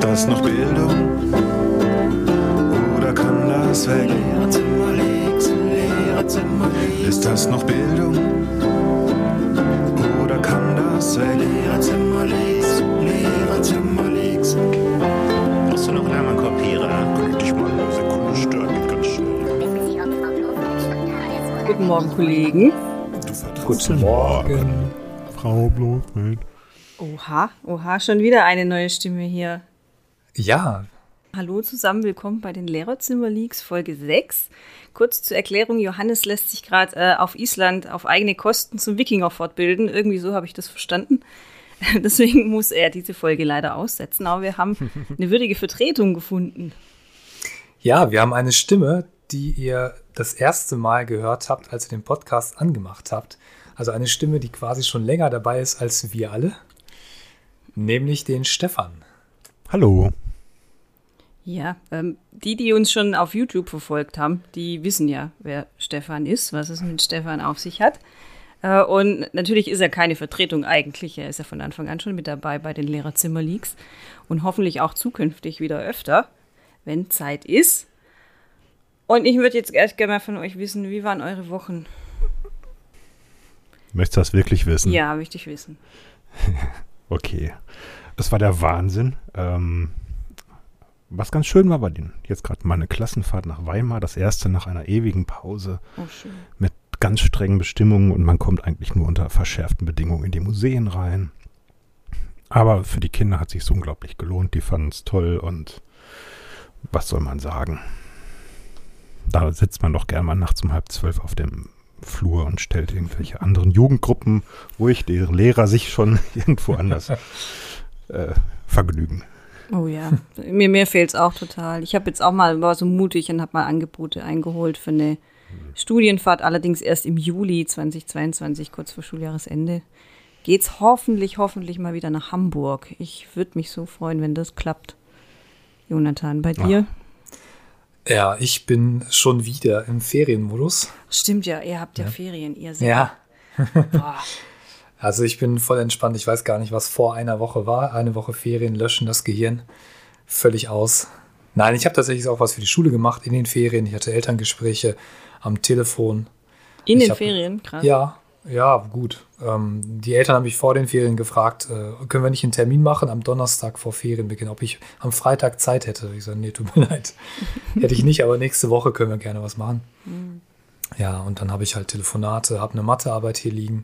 das noch Bildung oder kann das weg? Lehrerzimmer links, Lehrerzimmer links. Ist das noch Bildung oder kann das weg? Lehrerzimmer links, Lehrerzimmer links. Hast du noch einen anderen Kopierer? Kann ich dich mal eine Sekunde stören? Ganz schnell. Guten Morgen, Kollegen. Guten Morgen, Frau Blofeld. Oha, schon wieder eine neue Stimme hier. Ja. Hallo zusammen, willkommen bei den Lehrerzimmer-Leaks Folge 6. Kurz zur Erklärung, Johannes lässt sich gerade auf Island auf eigene Kosten zum Wikinger fortbilden. Irgendwie so habe ich das verstanden. Deswegen muss er diese Folge leider aussetzen. Aber wir haben eine würdige Vertretung gefunden. Ja, wir haben eine Stimme, die ihr das erste Mal gehört habt, als ihr den Podcast angemacht habt. Also eine Stimme, die quasi schon länger dabei ist als wir alle. Nämlich den Stefan. Hallo. Ja, die uns schon auf YouTube verfolgt haben, die wissen ja, wer Stefan ist, was es mit Stefan auf sich hat. Und natürlich ist er keine Vertretung eigentlich. Er ist ja von Anfang an schon mit dabei bei den Lehrerzimmer-Leaks und hoffentlich auch zukünftig wieder öfter, wenn Zeit ist. Und ich würde jetzt erst gerne mal von euch wissen, wie waren eure Wochen? Möchtest du das wirklich wissen? Ja, möchte ich wissen. Okay. Das war der Wahnsinn. Was ganz schön war denen jetzt gerade mal eine Klassenfahrt nach Weimar, das erste nach einer ewigen Pause. Oh, schön. Mit ganz strengen Bestimmungen und man kommt eigentlich nur unter verschärften Bedingungen in die Museen rein. Aber für die Kinder hat es sich so unglaublich gelohnt. Die fanden es toll und was soll man sagen? Da sitzt man doch gerne mal nachts um 11:30 auf dem Flur und stellt irgendwelche anderen Jugendgruppen ruhig, deren Lehrer sich schon irgendwo anders vergnügen. Oh ja, mir fehlt es auch total. Ich habe jetzt auch mal, war so mutig und habe mal Angebote eingeholt für eine Studienfahrt, allerdings erst im Juli 2022, kurz vor Schuljahresende. Geht's hoffentlich mal wieder nach Hamburg. Ich würde mich so freuen, wenn das klappt. Jonathan, bei dir? Ja, ich bin schon wieder im Ferienmodus. Stimmt ja, ihr habt ja Ferien, ihr seid. Ja. Boah. Also ich bin voll entspannt. Ich weiß gar nicht, was vor einer Woche war. Eine Woche Ferien löschen das Gehirn völlig aus. Nein, ich habe tatsächlich auch was für die Schule gemacht in den Ferien. Ich hatte Elterngespräche am Telefon. In den Ferien? Krass. Ja, gut. Die Eltern haben mich vor den Ferien gefragt, können wir nicht einen Termin machen am Donnerstag vor Ferienbeginn, ob ich am Freitag Zeit hätte. Ich sage, nee, tut mir leid. Hätte ich nicht, aber nächste Woche können wir gerne was machen. Ja, und dann habe ich halt Telefonate, habe eine Mathearbeit hier liegen.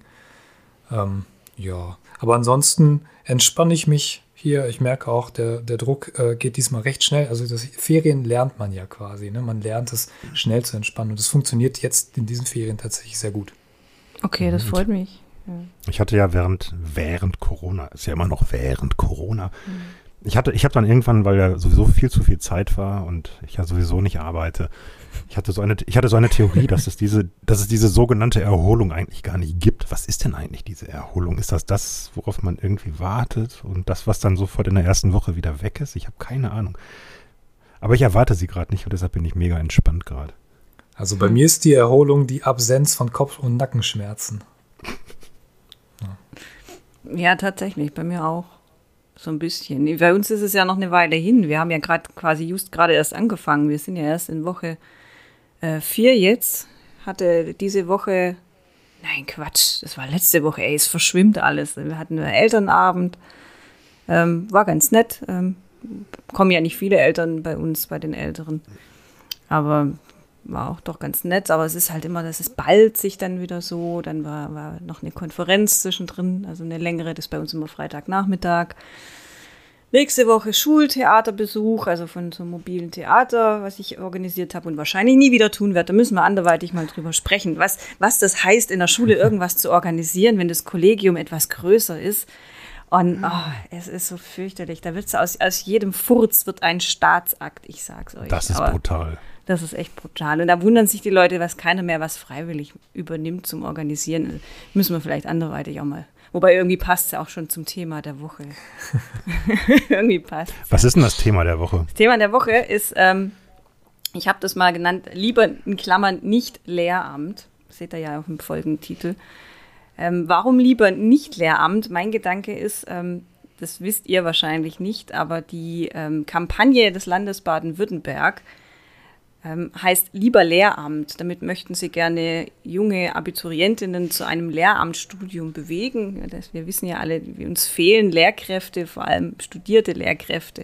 Ja, aber ansonsten entspanne ich mich hier. Ich merke auch, der Druck geht diesmal recht schnell. Also das Ferien lernt man ja quasi. Ne? Man lernt es schnell zu entspannen. Und das funktioniert jetzt in diesen Ferien tatsächlich sehr gut. Okay, das freut mich. Ja. Ich hatte ja während Corona, ist ja immer noch während Corona, ich habe dann irgendwann, weil ja sowieso viel zu viel Zeit war und ich ja sowieso nicht arbeite, ich hatte so eine Theorie, dass es diese sogenannte Erholung eigentlich gar nicht gibt. Was ist denn eigentlich diese Erholung? Ist das, worauf man irgendwie wartet und das, was dann sofort in der ersten Woche wieder weg ist? Ich habe keine Ahnung. Aber ich erwarte sie gerade nicht und deshalb bin ich mega entspannt gerade. Also bei mir ist die Erholung die Absenz von Kopf- und Nackenschmerzen. Ja, tatsächlich, bei mir auch. So ein bisschen. Bei uns ist es ja noch eine Weile hin. Wir haben ja gerade erst angefangen. Wir sind ja erst in Woche 4 jetzt. Hatte diese Woche, nein Quatsch, das war letzte Woche, es verschwimmt alles. Wir hatten einen Elternabend, war ganz nett. Kommen ja nicht viele Eltern bei uns, bei den Älteren. Aber war auch doch ganz nett, aber es ist halt immer, dass es ballt sich dann wieder so. Dann war noch eine Konferenz zwischendrin, also eine längere, das ist bei uns immer Freitagnachmittag. Nächste Woche Schultheaterbesuch, also von so einem mobilen Theater, was ich organisiert habe und wahrscheinlich nie wieder tun werde. Da müssen wir anderweitig mal drüber sprechen, was das heißt, in der Schule irgendwas zu organisieren, wenn das Kollegium etwas größer ist. Und es ist so fürchterlich. Da wird aus jedem Furz wird ein Staatsakt, ich sag's euch. Das ist brutal. Das ist echt brutal. Und da wundern sich die Leute, dass keiner mehr was freiwillig übernimmt zum Organisieren. Müssen wir vielleicht anderweitig auch mal. Wobei irgendwie passt es ja auch schon zum Thema der Woche. Irgendwie passt es. Was ist denn das Thema der Woche? Das Thema der Woche ist, ich habe das mal genannt, lieber in Klammern nicht Lehramt. Seht ihr ja auf dem Folgentitel. Warum lieber nicht Lehramt? Mein Gedanke ist, das wisst ihr wahrscheinlich nicht, aber die Kampagne des Landes Baden-Württemberg heißt Lieber Lehramt. Damit möchten sie gerne junge Abiturientinnen zu einem Lehramtsstudium bewegen. Wir wissen ja alle, uns fehlen Lehrkräfte, vor allem studierte Lehrkräfte.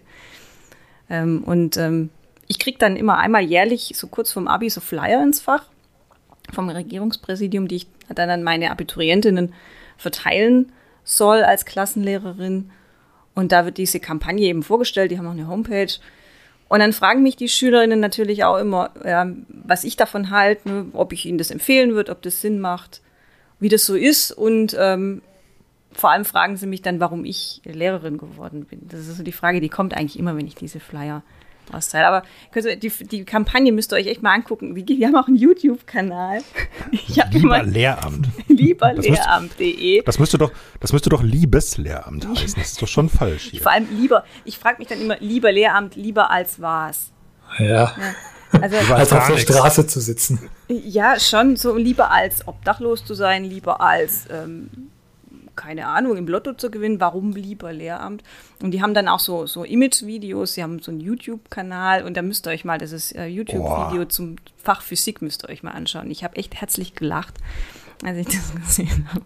Ich kriege dann immer einmal jährlich, so kurz vorm Abi, so Flyer ins Fach vom Regierungspräsidium, die ich dann an meine Abiturientinnen verteilen soll als Klassenlehrerin. Und da wird diese Kampagne eben vorgestellt, die haben auch eine Homepage. Und dann fragen mich die Schülerinnen natürlich auch immer, was ich davon halte, ne, ob ich ihnen das empfehlen würde, ob das Sinn macht, wie das so ist. Und vor allem fragen sie mich dann, warum ich Lehrerin geworden bin. Das ist so die Frage, die kommt eigentlich immer, wenn ich diese Flyer austeile. Aber die Kampagne müsst ihr euch echt mal angucken. Wir haben auch einen YouTube-Kanal. Lieber Lehramt. Lieberlehramt.de. Das müsste doch Liebeslehramt heißen. Das ist doch schon falsch hier. Vor allem ich frage mich dann immer, lieber Lehramt, lieber als was. Ja. Also als auf der Straße zu sitzen. Ja, schon so lieber als obdachlos zu sein, lieber als keine Ahnung, im Lotto zu gewinnen, warum lieber Lehramt? Und die haben dann auch so Image-Videos, sie haben so einen YouTube-Kanal und da müsst ihr euch mal, das ist YouTube-Video zum Fach Physik, müsst ihr euch mal anschauen. Ich habe echt herzlich gelacht, als ich das gesehen habe.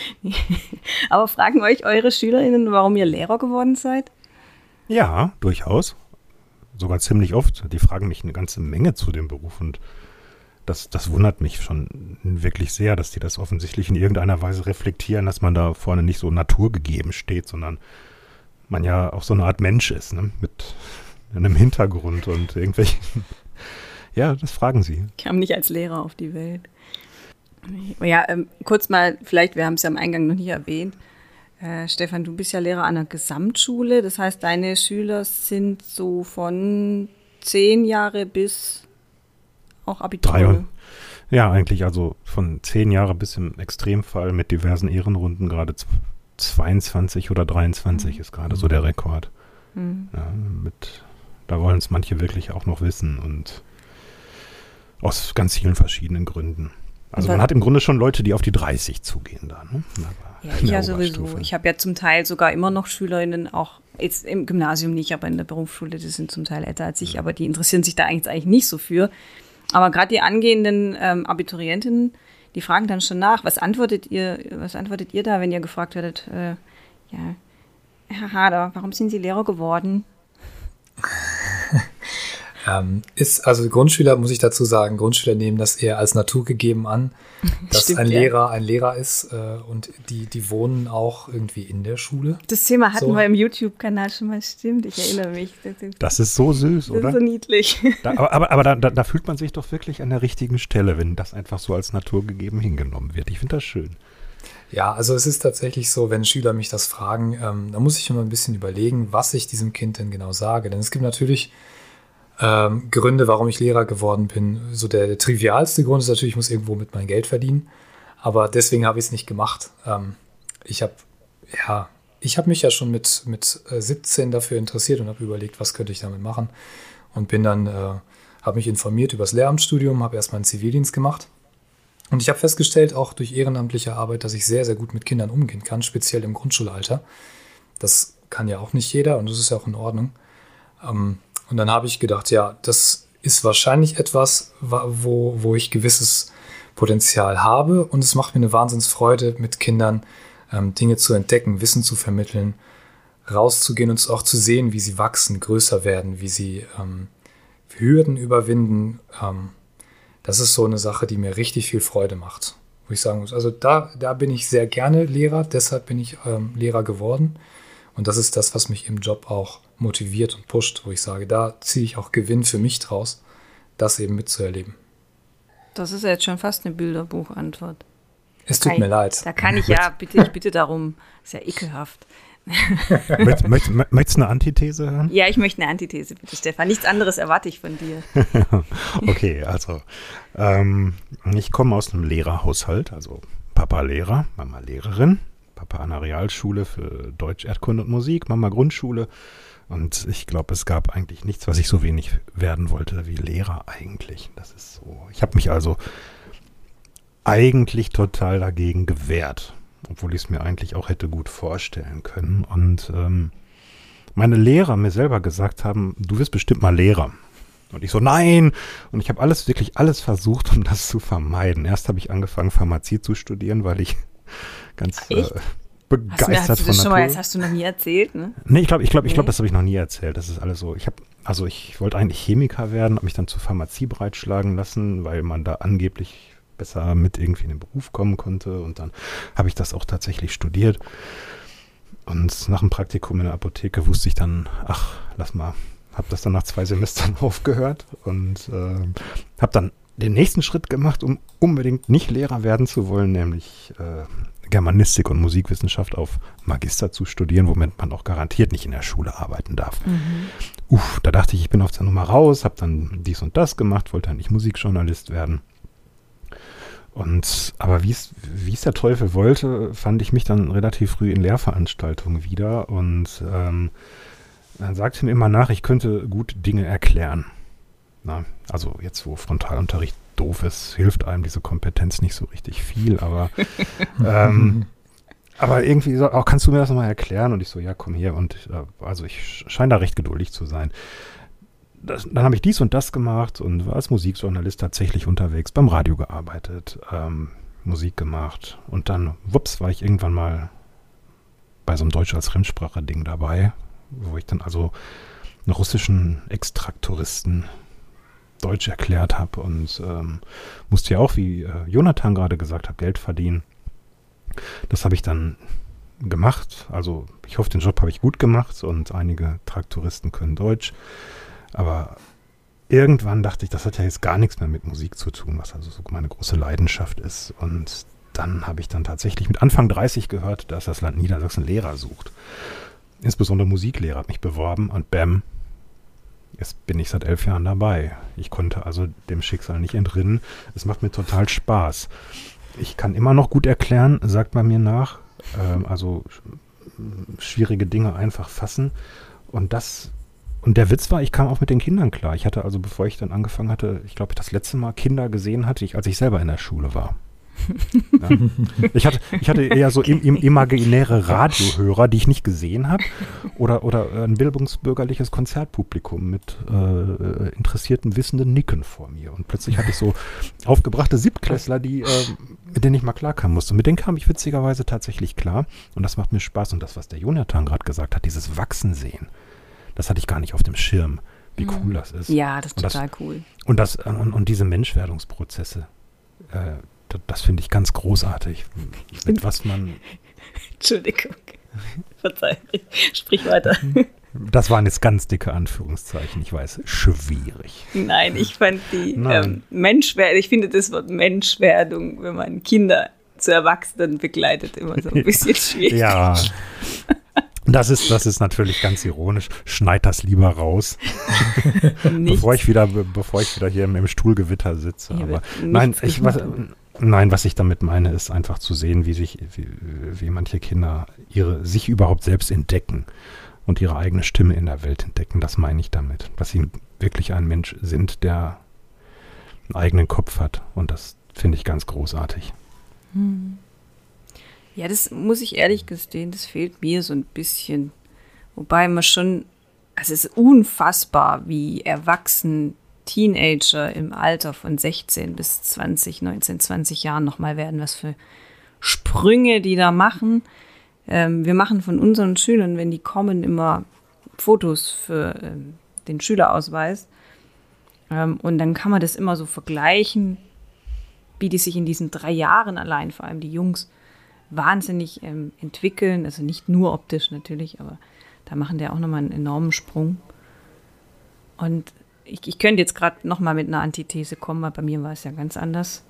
Aber fragen euch eure SchülerInnen, warum ihr Lehrer geworden seid? Ja, durchaus. Sogar ziemlich oft. Die fragen mich eine ganze Menge zu dem Beruf und das wundert mich schon wirklich sehr, dass die das offensichtlich in irgendeiner Weise reflektieren, dass man da vorne nicht so naturgegeben steht, sondern man ja auch so eine Art Mensch ist, ne? Mit einem Hintergrund und irgendwelchen. Ja, das fragen sie. Ich kam nicht als Lehrer auf die Welt. Ja, kurz mal, vielleicht, wir haben es ja am Eingang noch nicht erwähnt. Stefan, du bist ja Lehrer an einer Gesamtschule, das heißt, deine Schüler sind so von 10 Jahre bis auch Abitur. Ja, eigentlich also von 10 Jahre bis im Extremfall mit diversen Ehrenrunden gerade 22 oder 23 ist gerade so der Rekord. Ja, da wollen es manche wirklich auch noch wissen und aus ganz vielen verschiedenen Gründen. Also man hat im Grunde schon Leute, die auf die 30 zugehen da. Ne? Ja, sowieso. Ich habe ja zum Teil sogar immer noch SchülerInnen, auch jetzt im Gymnasium nicht, aber in der Berufsschule, die sind zum Teil älter als ich, aber die interessieren sich da eigentlich nicht so für. Aber gerade die angehenden Abiturientinnen, die fragen dann schon nach, was antwortet ihr da, wenn ihr gefragt werdet, Herr Hader, warum sind Sie Lehrer geworden? Also Grundschüler, muss ich dazu sagen, Grundschüler nehmen das eher als naturgegeben an, dass stimmt, ein Lehrer ist und die wohnen auch irgendwie in der Schule. Das Thema hatten wir im YouTube-Kanal schon mal, stimmt, ich erinnere mich. Das ist so süß, oder? Das ist so niedlich. Aber da fühlt man sich doch wirklich an der richtigen Stelle, wenn das einfach so als naturgegeben hingenommen wird. Ich finde das schön. Ja, also es ist tatsächlich so, wenn Schüler mich das fragen, da muss ich immer ein bisschen überlegen, was ich diesem Kind denn genau sage. Denn es gibt natürlich Gründe, warum ich Lehrer geworden bin. So der trivialste Grund ist natürlich, ich muss irgendwo mit mein Geld verdienen. Aber deswegen habe ich es nicht gemacht. Ich habe mich ja schon mit 17 dafür interessiert und habe überlegt, was könnte ich damit machen. Und bin dann, habe mich informiert über das Lehramtsstudium, habe erst meinen Zivildienst gemacht. Und ich habe festgestellt, auch durch ehrenamtliche Arbeit, dass ich sehr, sehr gut mit Kindern umgehen kann, speziell im Grundschulalter. Das kann ja auch nicht jeder und das ist ja auch in Ordnung. Und dann habe ich gedacht, ja, das ist wahrscheinlich etwas, wo ich gewisses Potenzial habe. Und es macht mir eine Wahnsinnsfreude, mit Kindern Dinge zu entdecken, Wissen zu vermitteln, rauszugehen und auch zu sehen, wie sie wachsen, größer werden, wie sie Hürden überwinden. Das ist so eine Sache, die mir richtig viel Freude macht, wo ich sagen muss. Also da bin ich sehr gerne Lehrer, deshalb bin ich Lehrer geworden. Und das ist das, was mich im Job auch motiviert und pusht, wo ich sage, da ziehe ich auch Gewinn für mich draus, das eben mitzuerleben. Das ist ja jetzt schon fast eine Bilderbuchantwort. Es tut mir leid. Da kann ich ich bitte darum, ist ja ekelhaft. Möchtest du eine Antithese hören? Ja, ich möchte eine Antithese, bitte Stefan. Nichts anderes erwarte ich von dir. Okay, also ich komme aus einem Lehrerhaushalt, also Papa Lehrer, Mama Lehrerin. Papa an der Realschule für Deutsch, Erdkunde und Musik, Mama Grundschule. Und ich glaube, es gab eigentlich nichts, was ich so wenig werden wollte wie Lehrer eigentlich. Das ist so. Ich habe mich also eigentlich total dagegen gewehrt. obwohl ich es mir eigentlich auch hätte gut vorstellen können. Und meine Lehrer mir selber gesagt haben, du wirst bestimmt mal Lehrer. Und ich so, nein! Und ich habe wirklich alles versucht, um das zu vermeiden. Erst habe ich angefangen, Pharmazie zu studieren, weil ich ganz begeistert von Natur. Das hast du noch nie erzählt, ne? Nee, ich glaube, das habe ich noch nie erzählt. Das ist alles so. Ich wollte eigentlich Chemiker werden, habe mich dann zur Pharmazie breitschlagen lassen, weil man da angeblich besser mit irgendwie in den Beruf kommen konnte. Und dann habe ich das auch tatsächlich studiert. Und nach dem Praktikum in der Apotheke wusste ich dann, lass mal, habe das dann nach 2 Semestern aufgehört und habe dann den nächsten Schritt gemacht, um unbedingt nicht Lehrer werden zu wollen, nämlich Germanistik und Musikwissenschaft auf Magister zu studieren, womit man auch garantiert nicht in der Schule arbeiten darf. Da dachte ich bin auf der Nummer raus, habe dann dies und das gemacht, wollte eigentlich Musikjournalist werden. Aber wie es der Teufel wollte, fand ich mich dann relativ früh in Lehrveranstaltungen wieder und dann sagte mir immer nach, ich könnte gut Dinge erklären. Also jetzt, wo Frontalunterricht doof ist, hilft einem diese Kompetenz nicht so richtig viel, aber irgendwie so, kannst du mir das nochmal erklären? Und ich so, ja, komm her. Und also ich scheine da recht geduldig zu sein. Dann habe ich dies und das gemacht und war als Musikjournalist tatsächlich unterwegs, beim Radio gearbeitet, Musik gemacht und dann, war ich irgendwann mal bei so einem Deutsch als Fremdsprache-Ding dabei, wo ich dann also einen russischen Ex-Traktoristen Deutsch erklärt habe und musste ja auch, wie Jonathan gerade gesagt hat, Geld verdienen. Das habe ich dann gemacht. Also ich hoffe, den Job habe ich gut gemacht und einige Traktoristen können Deutsch. Aber irgendwann dachte ich, das hat ja jetzt gar nichts mehr mit Musik zu tun, was also so meine große Leidenschaft ist. Und dann habe ich dann tatsächlich mit Anfang 30 gehört, dass das Land Niedersachsen Lehrer sucht. Insbesondere Musiklehrer, hat mich beworben und bam, jetzt bin ich seit 11 Jahren dabei. Ich konnte also dem Schicksal nicht entrinnen. Es macht mir total Spaß. Ich kann immer noch gut erklären, sagt man mir nach. Also schwierige Dinge einfach fassen. Und der Witz war, ich kam auch mit den Kindern klar. Ich hatte also, bevor ich dann angefangen hatte, ich glaube, das letzte Mal Kinder gesehen hatte ich, als ich selber in der Schule war. Ja. Ich hatte eher so imaginäre Radiohörer, die ich nicht gesehen habe, oder ein bildungsbürgerliches Konzertpublikum mit interessierten, wissenden Nicken vor mir. Und plötzlich hatte ich so aufgebrachte Siebtklässler, mit denen ich mal klarkommen musste. Und mit denen kam ich witzigerweise tatsächlich klar. Und das macht mir Spaß. Und das, was der Jonathan gerade gesagt hat, dieses Wachsen sehen, das hatte ich gar nicht auf dem Schirm, wie cool das ist. Ja, das ist total cool. Und diese Menschwerdungsprozesse, das finde ich ganz großartig, mit was man... Entschuldigung, verzeih, sprich weiter. Das waren jetzt ganz dicke Anführungszeichen, ich weiß, schwierig. Nein, ich fand ich finde das Wort Menschwerdung, wenn man Kinder zu Erwachsenen begleitet, immer so ein bisschen schwierig. Ja, das ist natürlich ganz ironisch. Schneid das lieber raus, bevor ich wieder hier im Stuhlgewitter sitze. Aber nein, was ich damit meine, ist einfach zu sehen, wie manche Kinder sich überhaupt selbst entdecken und ihre eigene Stimme in der Welt entdecken. Das meine ich damit. Dass sie wirklich ein Mensch sind, der einen eigenen Kopf hat. Und das finde ich ganz großartig. Ja, das muss ich ehrlich gestehen, das fehlt mir so ein bisschen. Wobei man schon, also es ist unfassbar, wie erwachsen Teenager im Alter von 16 bis 19, 20 Jahren nochmal werden, was für Sprünge die da machen. Wir machen von unseren Schülern, wenn die kommen, immer Fotos für den Schülerausweis. Und dann kann man das immer so vergleichen, wie die sich in diesen 3 Jahren allein, vor allem die Jungs, wahnsinnig entwickeln. Also nicht nur optisch natürlich, aber da machen die auch nochmal einen enormen Sprung. Und ich könnte jetzt gerade nochmal mit einer Antithese kommen, weil bei mir war es ja ganz anders.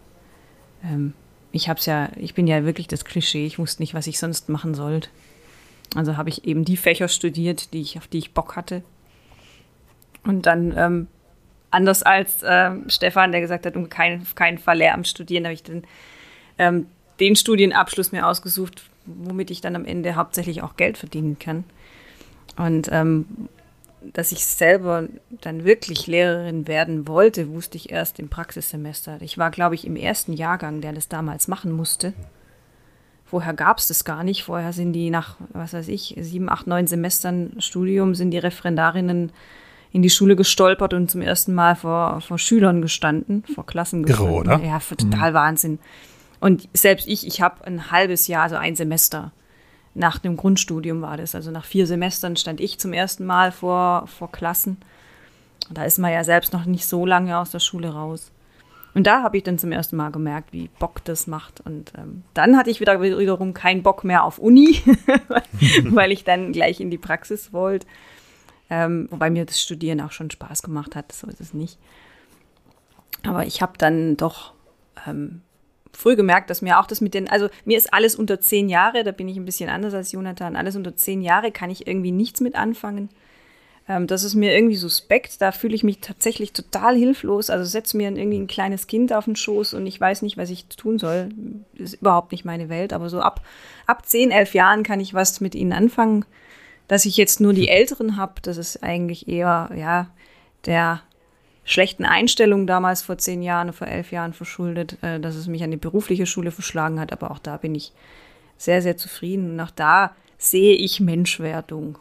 Ich bin ja wirklich das Klischee, ich wusste nicht, was ich sonst machen sollte. Also habe ich eben die Fächer studiert, auf die ich Bock hatte. Und dann, anders als Stefan, der gesagt hat, auf keinen Fall Lehramt studieren, habe ich dann den Studienabschluss mir ausgesucht, womit ich dann am Ende hauptsächlich auch Geld verdienen kann. Und dass ich selber dann wirklich Lehrerin werden wollte, wusste ich erst im Praxissemester. Ich war, glaube ich, im ersten Jahrgang, der das damals machen musste. Vorher gab es das gar nicht. Vorher sind die nach, 7, 8, 9 Semestern Studium, sind die Referendarinnen in die Schule gestolpert und zum ersten Mal vor Schülern gestanden, vor Klassen gestanden. Irre, oder? Ja, total Wahnsinn. Und selbst ich habe ein halbes Jahr, also ein Semester nach dem Grundstudium war das. Also nach 4 Semestern stand ich zum ersten Mal vor Klassen. Und da ist man ja selbst noch nicht so lange aus der Schule raus. Und da habe ich dann zum ersten Mal gemerkt, wie Bock das macht. Und dann hatte ich wiederum keinen Bock mehr auf Uni, weil ich dann gleich in die Praxis wollte. Wobei mir das Studieren auch schon Spaß gemacht hat, so ist es nicht. Aber ich habe dann doch früh gemerkt, dass mir auch das also mir ist alles unter 10 Jahre, da bin ich ein bisschen anders als Jonathan, alles unter 10 Jahre kann ich irgendwie nichts mit anfangen. Das ist mir irgendwie suspekt, da fühle ich mich tatsächlich total hilflos. Also setze mir irgendwie ein kleines Kind auf den Schoß und ich weiß nicht, was ich tun soll. Das ist überhaupt nicht meine Welt, aber so ab 10, 11 Jahren kann ich was mit ihnen anfangen. Dass ich jetzt nur die Älteren habe, das ist eigentlich eher der schlechten Einstellung damals vor 10 Jahren, vor 11 Jahren verschuldet, dass es mich an die berufliche Schule verschlagen hat. Aber auch da bin ich sehr, sehr zufrieden. Und auch da sehe ich Menschwerdung.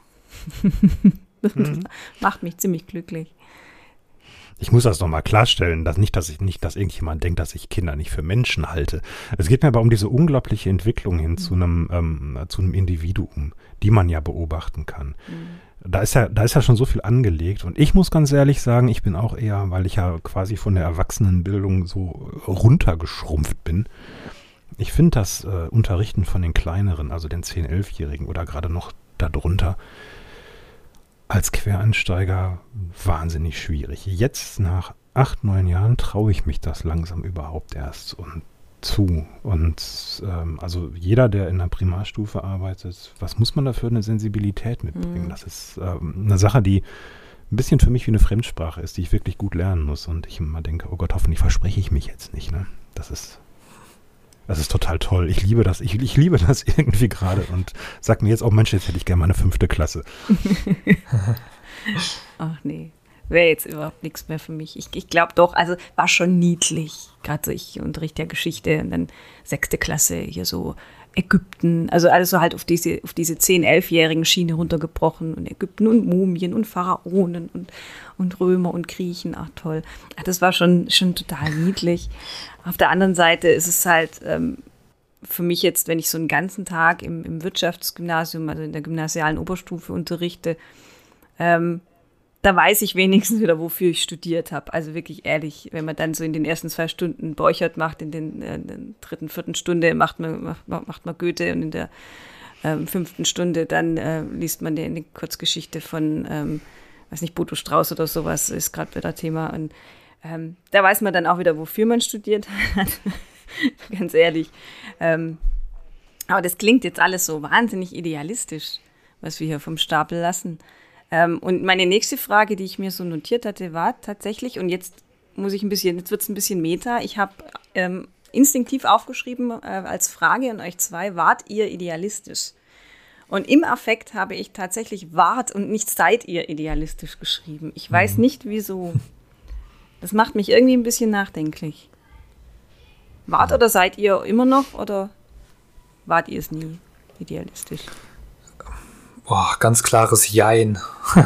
Das macht mich ziemlich glücklich. Ich muss das nochmal klarstellen, dass irgendjemand denkt, dass ich Kinder nicht für Menschen halte. Es geht mir aber um diese unglaubliche Entwicklung hin zu einem Individuum, die man ja beobachten kann. Da ist ja schon so viel angelegt. Und ich muss ganz ehrlich sagen, ich bin auch eher, weil ich ja quasi von der Erwachsenenbildung so runtergeschrumpft bin. Ich finde das Unterrichten von den Kleineren, also den 10-, 11-Jährigen oder gerade noch darunter, als Quereinsteiger wahnsinnig schwierig. Jetzt nach 8, 9 Jahren traue ich mich das langsam überhaupt erst zu. Und also jeder, der in der Primarstufe arbeitet, was muss man dafür eine Sensibilität mitbringen? Das ist eine Sache, die ein bisschen für mich wie eine Fremdsprache ist, die ich wirklich gut lernen muss. Und ich immer denke, oh Gott, hoffentlich verspreche ich mich jetzt nicht. Ne? Das ist total toll. Ich liebe das. Ich liebe das irgendwie gerade und sag mir jetzt, oh Mensch, jetzt hätte ich gerne mal eine 5. Klasse. Ach nee, wäre jetzt überhaupt nichts mehr für mich. Ich glaube doch, also war schon niedlich. Gerade so, ich unterrichte ja Geschichte und dann 6. Klasse hier so Ägypten. Also alles so halt auf diese 10-, 11-jährigen Schiene runtergebrochen und Ägypten und Mumien und Pharaonen und Römer und Griechen. Ach toll. Das war schon total niedlich. Auf der anderen Seite ist es halt für mich jetzt, wenn ich so einen ganzen Tag im Wirtschaftsgymnasium, also in der gymnasialen Oberstufe unterrichte, da weiß ich wenigstens wieder, wofür ich studiert habe. Also wirklich ehrlich, wenn man dann so in den ersten 2 Stunden Borchert macht, in den 3., 4. Stunde macht man Goethe und in der 5. Stunde dann liest man eine Kurzgeschichte von, Bodo Strauß oder sowas, ist gerade wieder Thema. Und da weiß man dann auch wieder, wofür man studiert hat. Ganz ehrlich. Aber das klingt jetzt alles so wahnsinnig idealistisch, was wir hier vom Stapel lassen. Und meine nächste Frage, die ich mir so notiert hatte, war tatsächlich, und jetzt wird es ein bisschen Meta, ich habe instinktiv aufgeschrieben als Frage an euch 2, wart ihr idealistisch? Und im Affekt habe ich tatsächlich wart und nicht seid ihr idealistisch geschrieben. Ich weiß nicht, wieso. Das macht mich irgendwie ein bisschen nachdenklich. Wart oder seid ihr immer noch oder wart ihr es nie idealistisch? Boah, ganz klares Jein.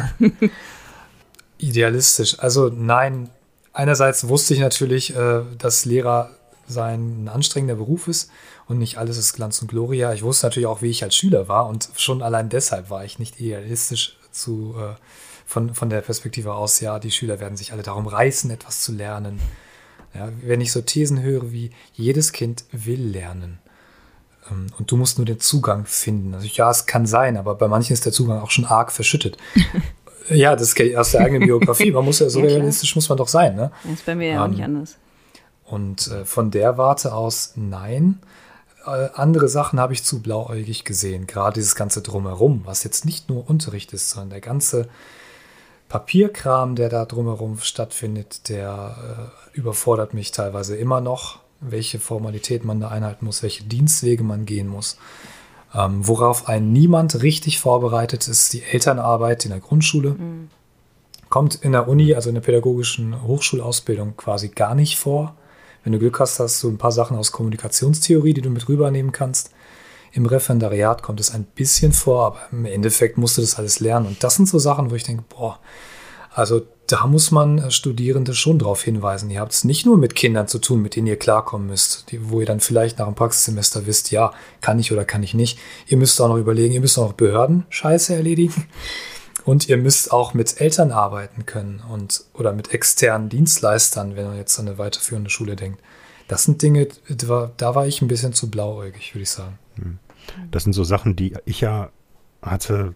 Idealistisch. Also nein, einerseits wusste ich natürlich, dass Lehrer sein ein anstrengender Beruf ist und nicht alles ist Glanz und Gloria. Ich wusste natürlich auch, wie ich als Schüler war und schon allein deshalb war ich nicht idealistisch von der Perspektive aus, ja, die Schüler werden sich alle darum reißen, etwas zu lernen. Ja, wenn ich so Thesen höre wie, jedes Kind will lernen und du musst nur den Zugang finden. Also ja, es kann sein, aber bei manchen ist der Zugang auch schon arg verschüttet. Ja, das ist aus der eigenen Biografie. Man muss ja so realistisch muss man doch sein. Ne? Das ist bei mir ja auch nicht anders. Und von der Warte aus nein. Andere Sachen habe ich zu blauäugig gesehen. Gerade dieses ganze Drumherum, was jetzt nicht nur Unterricht ist, sondern der ganze Papierkram, der da drumherum stattfindet, der überfordert mich teilweise immer noch, welche Formalität man da einhalten muss, welche Dienstwege man gehen muss. Worauf einen niemand richtig vorbereitet, ist die Elternarbeit in der Grundschule. Kommt in der Uni, also in der pädagogischen Hochschulausbildung quasi gar nicht vor. Wenn du Glück hast, hast du ein paar Sachen aus Kommunikationstheorie, die du mit rübernehmen kannst. im Referendariat kommt es ein bisschen vor, aber im Endeffekt musst du das alles lernen. Und das sind so Sachen, wo ich denke, boah, also da muss man Studierende schon drauf hinweisen. Ihr habt es nicht nur mit Kindern zu tun, mit denen ihr klarkommen müsst, wo ihr dann vielleicht nach einem Praxissemester wisst, ja, kann ich oder kann ich nicht. Ihr müsst auch noch überlegen, ihr müsst auch noch Behörden-Scheiße erledigen. Und ihr müsst auch mit Eltern arbeiten können oder mit externen Dienstleistern, wenn man jetzt an eine weiterführende Schule denkt. Das sind Dinge, da war ich ein bisschen zu blauäugig, würde ich sagen. Das sind so Sachen, die ich ja hatte.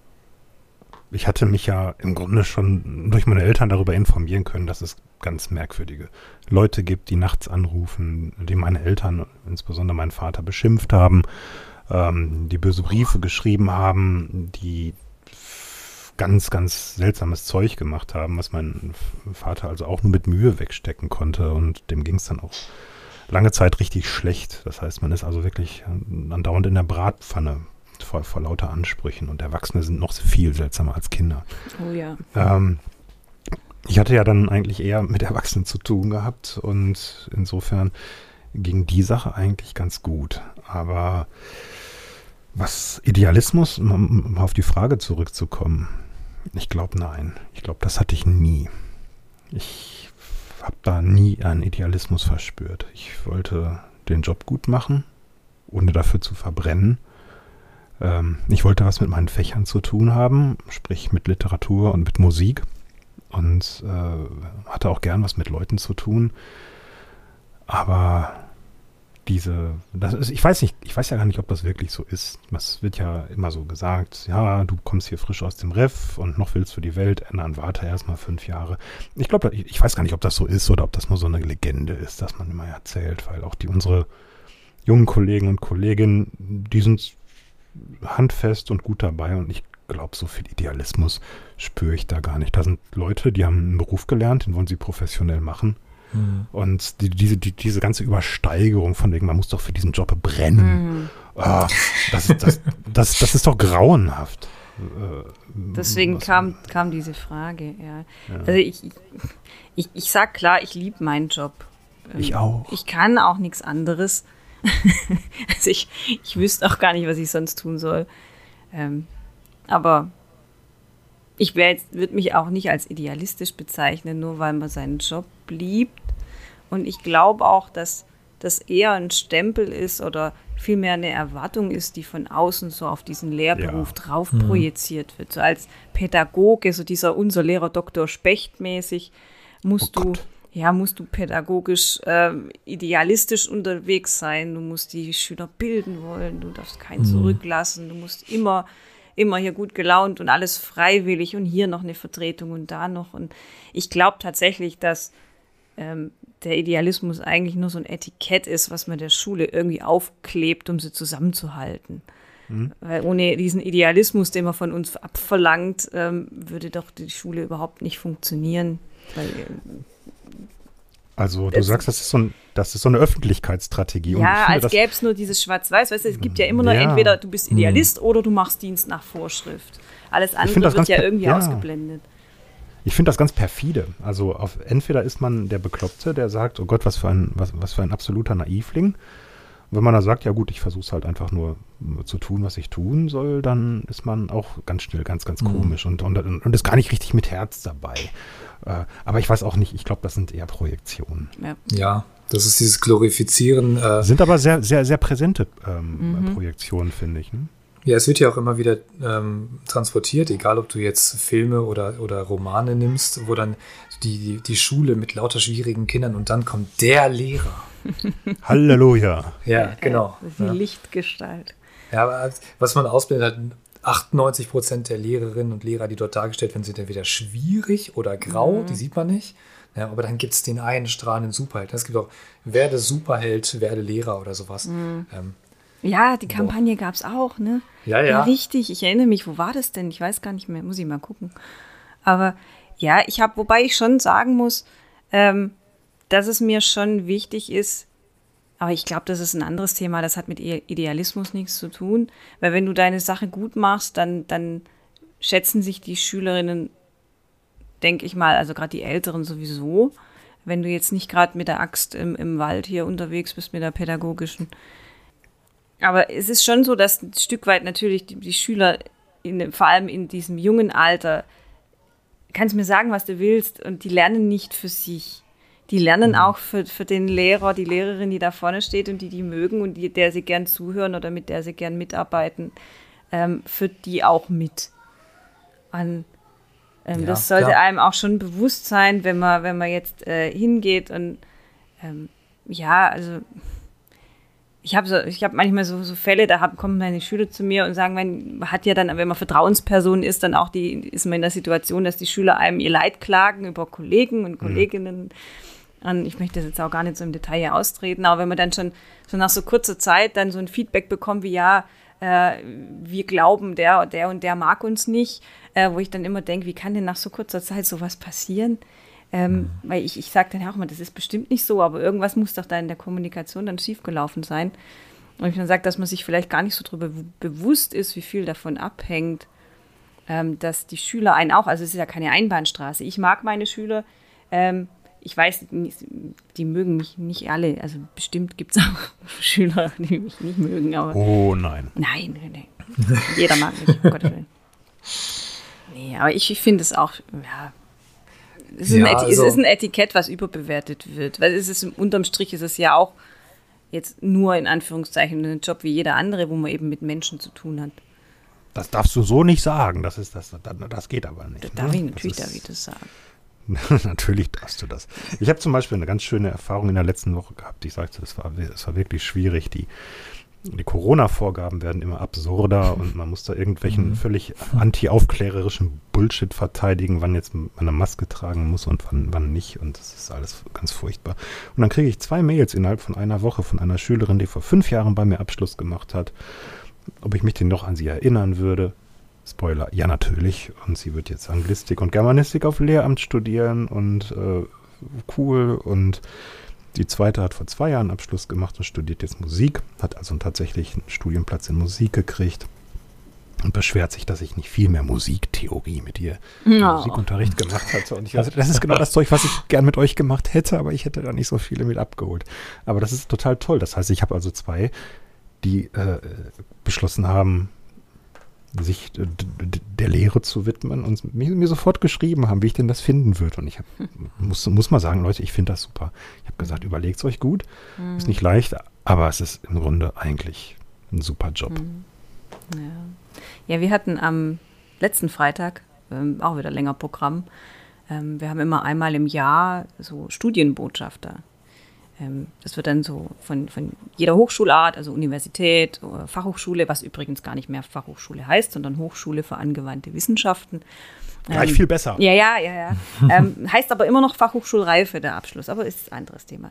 Ich hatte mich ja im Grunde schon durch meine Eltern darüber informieren können, dass es ganz merkwürdige Leute gibt, die nachts anrufen, die meine Eltern, insbesondere meinen Vater, beschimpft haben, die böse Briefe geschrieben haben, die ganz, ganz seltsames Zeug gemacht haben, was mein Vater also auch nur mit Mühe wegstecken konnte. Und dem ging es dann auch lange Zeit richtig schlecht. Das heißt, man ist also wirklich andauernd in der Bratpfanne vor lauter Ansprüchen. Und Erwachsene sind noch viel seltsamer als Kinder. Oh ja. Ich hatte ja dann eigentlich eher mit Erwachsenen zu tun gehabt. Und insofern ging die Sache eigentlich ganz gut. Aber was Idealismus, um auf die Frage zurückzukommen, ich glaube, nein. Ich glaube, das hatte ich nie. Ich habe da nie einen Idealismus verspürt. Ich wollte den Job gut machen, ohne dafür zu verbrennen. Ich wollte was mit meinen Fächern zu tun haben, sprich mit Literatur und mit Musik. Und hatte auch gern was mit Leuten zu tun. Aber ich weiß ja gar nicht, ob das wirklich so ist. Es wird ja immer so gesagt, ja, du kommst hier frisch aus dem Ref und noch willst du die Welt ändern, warte erst mal 5 Jahre. Ich glaube, ich weiß gar nicht, ob das so ist oder ob das nur so eine Legende ist, dass man immer erzählt, weil auch unsere jungen Kollegen und Kolleginnen, die sind handfest und gut dabei und ich glaube, so viel Idealismus spüre ich da gar nicht. Da sind Leute, die haben einen Beruf gelernt, den wollen sie professionell machen. Und diese ganze Übersteigerung von wegen, man muss doch für diesen Job brennen. Das ist doch grauenhaft. Deswegen kam diese Frage, ja. Also ich sag klar, ich liebe meinen Job. Ich auch. Ich kann auch nichts anderes. Also ich wüsste auch gar nicht, was ich sonst tun soll. Aber ich würde mich auch nicht als idealistisch bezeichnen, nur weil man seinen Job liebt. Und ich glaube auch, dass das eher ein Stempel ist oder vielmehr eine Erwartung ist, die von außen so auf diesen Lehrberuf drauf projiziert wird. So als Pädagoge, so dieser unser Lehrer Dr. Specht mäßig, musst du pädagogisch idealistisch unterwegs sein. Du musst die Schüler bilden wollen, du darfst keinen zurücklassen, du musst immer hier gut gelaunt und alles freiwillig und hier noch eine Vertretung und da noch. Und ich glaube tatsächlich, dass der Idealismus eigentlich nur so ein Etikett ist, was man der Schule irgendwie aufklebt, um sie zusammenzuhalten. Weil ohne diesen Idealismus, den man von uns abverlangt, würde doch die Schule überhaupt nicht funktionieren. Also du sagst, das ist so eine Öffentlichkeitsstrategie. Ja, als gäbe es nur dieses Schwarz-Weiß. Weißt du, es gibt ja immer nur entweder du bist Idealist oder du machst Dienst nach Vorschrift. Alles andere wird ja irgendwie ausgeblendet. Ich finde das ganz perfide. Also entweder ist man der Bekloppte, der sagt, oh Gott, was für ein absoluter Naivling. Und wenn man da sagt, ja gut, ich versuche es halt einfach nur zu tun, was ich tun soll, dann ist man auch ganz schnell ganz, ganz komisch und ist gar nicht richtig mit Herz dabei. Aber ich weiß auch nicht, ich glaube, das sind eher Projektionen. Ja, das ist dieses Glorifizieren. Sind aber sehr, sehr, sehr präsente Projektionen, finde ich. Ne? Ja, es wird ja auch immer wieder transportiert, egal ob du jetzt Filme oder Romane nimmst, wo dann die Schule mit lauter schwierigen Kindern und dann kommt der Lehrer. Halleluja. Ja, genau. Die Lichtgestalt. Ja, aber was man ausblendet, 98% der Lehrerinnen und Lehrer, die dort dargestellt werden, sind entweder schwierig oder grau, die sieht man nicht. Ja, aber dann gibt es den einen strahlenden Superheld. Es gibt auch, werde Superheld, werde Lehrer oder sowas. Ja, die Kampagne gab es auch, ne? Ja. Richtig, ich erinnere mich, wo war das denn? Ich weiß gar nicht mehr, muss ich mal gucken. Aber ja, wobei ich schon sagen muss, dass es mir schon wichtig ist, aber ich glaube, das ist ein anderes Thema, das hat mit Idealismus nichts zu tun, weil wenn du deine Sache gut machst, dann schätzen sich die Schülerinnen, denke ich mal, also gerade die Älteren sowieso, wenn du jetzt nicht gerade mit der Axt im Wald hier unterwegs bist, mit der pädagogischen. Aber es ist schon so, dass ein Stück weit natürlich die Schüler, vor allem in diesem jungen Alter, kannst mir sagen, was du willst, und die lernen nicht für sich. Die lernen auch für den Lehrer, die Lehrerin, die da vorne steht und die mögen und der sie gern zuhören oder mit der sie gern mitarbeiten, für die auch mit. Das sollte einem auch schon bewusst sein, wenn man jetzt hingeht und also ich habe manchmal so Fälle, da kommen meine Schüler zu mir und sagen, man hat ja dann, wenn man Vertrauensperson ist, dann auch ist man in der Situation, dass die Schüler einem ihr Leid klagen über Kollegen und Kolleginnen. Und ich möchte das jetzt auch gar nicht so im Detail hier austreten, aber wenn man dann schon nach so kurzer Zeit dann so ein Feedback bekommt wie, wir glauben, der und der mag uns nicht, wo ich dann immer denke, wie kann denn nach so kurzer Zeit sowas passieren? Weil ich sage dann ja auch mal, das ist bestimmt nicht so, aber irgendwas muss doch da in der Kommunikation dann schiefgelaufen sein. Und ich dann sage, dass man sich vielleicht gar nicht so darüber bewusst ist, wie viel davon abhängt, dass die Schüler einen auch, also es ist ja keine Einbahnstraße. Ich mag meine Schüler, ich weiß, die mögen mich nicht alle, also bestimmt gibt es auch Schüler, die mich nicht mögen. Aber oh nein. Nein. Jeder mag mich, um Gottes Willen. Nee, aber ich finde es auch, es ist ein Etikett, was überbewertet wird. Weil unterm Strich ist es ja auch jetzt nur in Anführungszeichen ein Job wie jeder andere, wo man eben mit Menschen zu tun hat. Das darfst du so nicht sagen. Das geht aber nicht. Natürlich darf ich das sagen. Natürlich darfst du das. Ich habe zum Beispiel eine ganz schöne Erfahrung in der letzten Woche gehabt. Ich sagte, es war wirklich schwierig. Die Corona-Vorgaben werden immer absurder und man muss da irgendwelchen völlig anti-aufklärerischen Bullshit verteidigen, wann jetzt man eine Maske tragen muss und wann nicht. Und das ist alles ganz furchtbar. Und dann kriege ich 2 Mails innerhalb von einer Woche von einer Schülerin, die vor 5 Jahren bei mir Abschluss gemacht hat, ob ich mich denn noch an sie erinnern würde. Spoiler, ja natürlich. Und sie wird jetzt Anglistik und Germanistik auf Lehramt studieren und cool. Und die zweite hat vor 2 Jahren Abschluss gemacht und studiert jetzt Musik, hat also tatsächlich einen Studienplatz in Musik gekriegt und beschwert sich, dass ich nicht viel mehr Musiktheorie mit ihr Musikunterricht gemacht hatte. Und das ist genau das Zeug, was ich gern mit euch gemacht hätte, aber ich hätte da nicht so viele mit abgeholt. Aber das ist total toll. Das heißt, ich habe also 2, die beschlossen haben, sich der Lehre zu widmen und mir sofort geschrieben haben, wie ich denn das finden würde. Und ich muss mal sagen, Leute, ich finde das super. Ich habe gesagt, überlegt es euch gut. Ist nicht leicht, aber es ist im Grunde eigentlich ein super Job. Ja, wir hatten am letzten Freitag auch wieder länger Programm. Wir haben immer einmal im Jahr so Studienbotschafter. Das wird dann so von jeder Hochschulart, also Universität, Fachhochschule, was übrigens gar nicht mehr Fachhochschule heißt, sondern Hochschule für angewandte Wissenschaften. Gleich viel besser. Ja. Heißt aber immer noch Fachhochschulreife, der Abschluss, aber ist ein anderes Thema.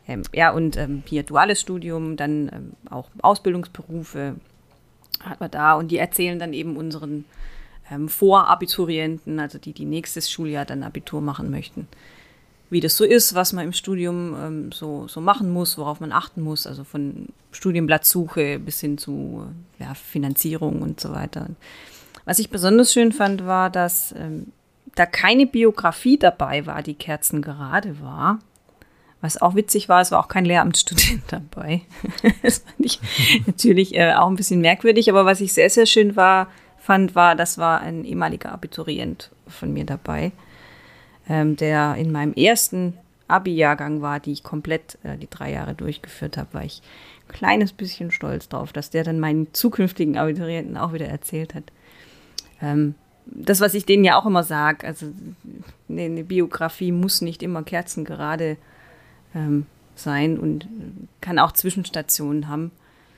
Hier duales Studium, dann auch Ausbildungsberufe hat man da und die erzählen dann eben unseren Vorabiturienten, also die nächstes Schuljahr dann Abitur machen möchten, wie das so ist, was man im Studium so machen muss, worauf man achten muss, also von Studienplatzsuche bis hin zu Finanzierung und so weiter. Was ich besonders schön fand, war, dass da keine Biografie dabei war, die kerzengerade war. Was auch witzig war, es war auch kein Lehramtsstudent dabei. Das fand ich natürlich auch ein bisschen merkwürdig, aber was ich sehr, sehr schön fand, das war ein ehemaliger Abiturient von mir dabei, der in meinem ersten Abi-Jahrgang war, die ich komplett die 3 Jahre durchgeführt habe, war ich ein kleines bisschen stolz drauf, dass der dann meinen zukünftigen Abiturienten auch wieder erzählt hat. Das, was ich denen ja auch immer sage, also eine Biografie muss nicht immer kerzengerade sein und kann auch Zwischenstationen haben.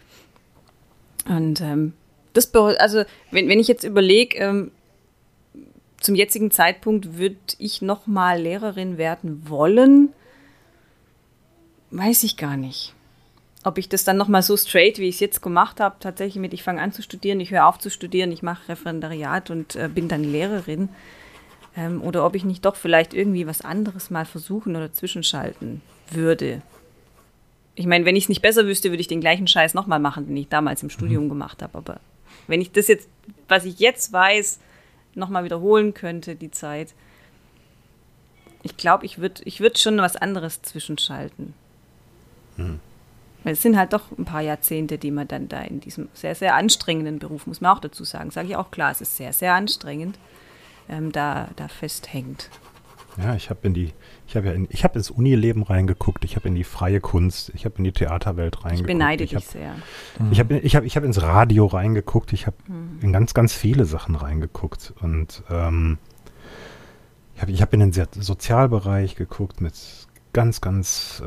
Und wenn ich jetzt überlege, zum jetzigen Zeitpunkt würde ich noch mal Lehrerin werden wollen, weiß ich gar nicht. Ob ich das dann noch mal so straight, wie ich es jetzt gemacht habe, tatsächlich ich fange an zu studieren, ich höre auf zu studieren, ich mache Referendariat und bin dann Lehrerin. Oder ob ich nicht doch vielleicht irgendwie was anderes mal versuchen oder zwischenschalten würde. Ich meine, wenn ich es nicht besser wüsste, würde ich den gleichen Scheiß noch mal machen, den ich damals im Studium gemacht habe. Aber wenn ich das jetzt, was ich jetzt weiß, nochmal wiederholen könnte, die Zeit. Ich glaube, ich würd schon was anderes zwischenschalten. Weil es sind halt doch ein paar Jahrzehnte, die man dann da in diesem sehr, sehr anstrengenden Beruf, muss man auch dazu sagen, sage ich auch klar, es ist sehr, sehr anstrengend, da festhängt. Ja, ich habe ins Unileben reingeguckt, ich habe in die freie Kunst, ich habe in die Theaterwelt reingeguckt. Ich beneide dich sehr. Ich hab ins Radio reingeguckt, ich habe in ganz, ganz viele Sachen reingeguckt. Und ich habe in den Sozialbereich geguckt mit ganz, ganz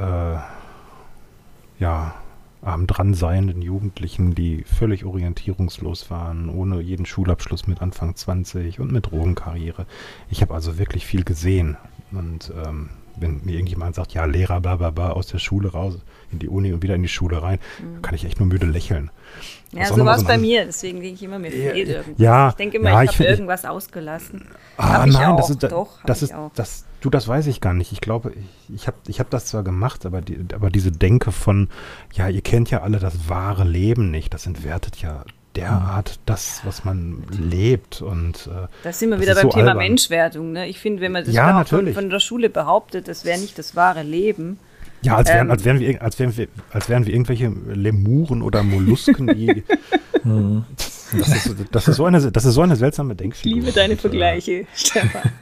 arm dran seienden Jugendlichen, die völlig orientierungslos waren, ohne jeden Schulabschluss mit Anfang 20 und mit Drogenkarriere. Ich habe also wirklich viel gesehen. Und wenn mir irgendjemand sagt, ja, Lehrer, bla bla bla, aus der Schule raus, in die Uni und wieder in die Schule rein, kann ich echt nur müde lächeln. Ja, so war es bei mir, deswegen denke ich immer, mir fehlt irgendwas. Ja, ich denke immer, ich habe irgendwas ausgelassen. Nein, das weiß ich gar nicht. Ich glaube, ich hab das zwar gemacht, aber diese Denke von, ja, ihr kennt ja alle das wahre Leben nicht, das entwertet ja derart das, was man lebt. Und da sind wir wieder beim Thema Menschwertung. Ne? Ich finde, wenn man das von der Schule behauptet, das wäre nicht das wahre Leben. Ja, als wären wir irgendwelche Lemuren oder Mollusken, die. Das ist so eine seltsame Denkfigur. Ich liebe deine Vergleiche, Stefan.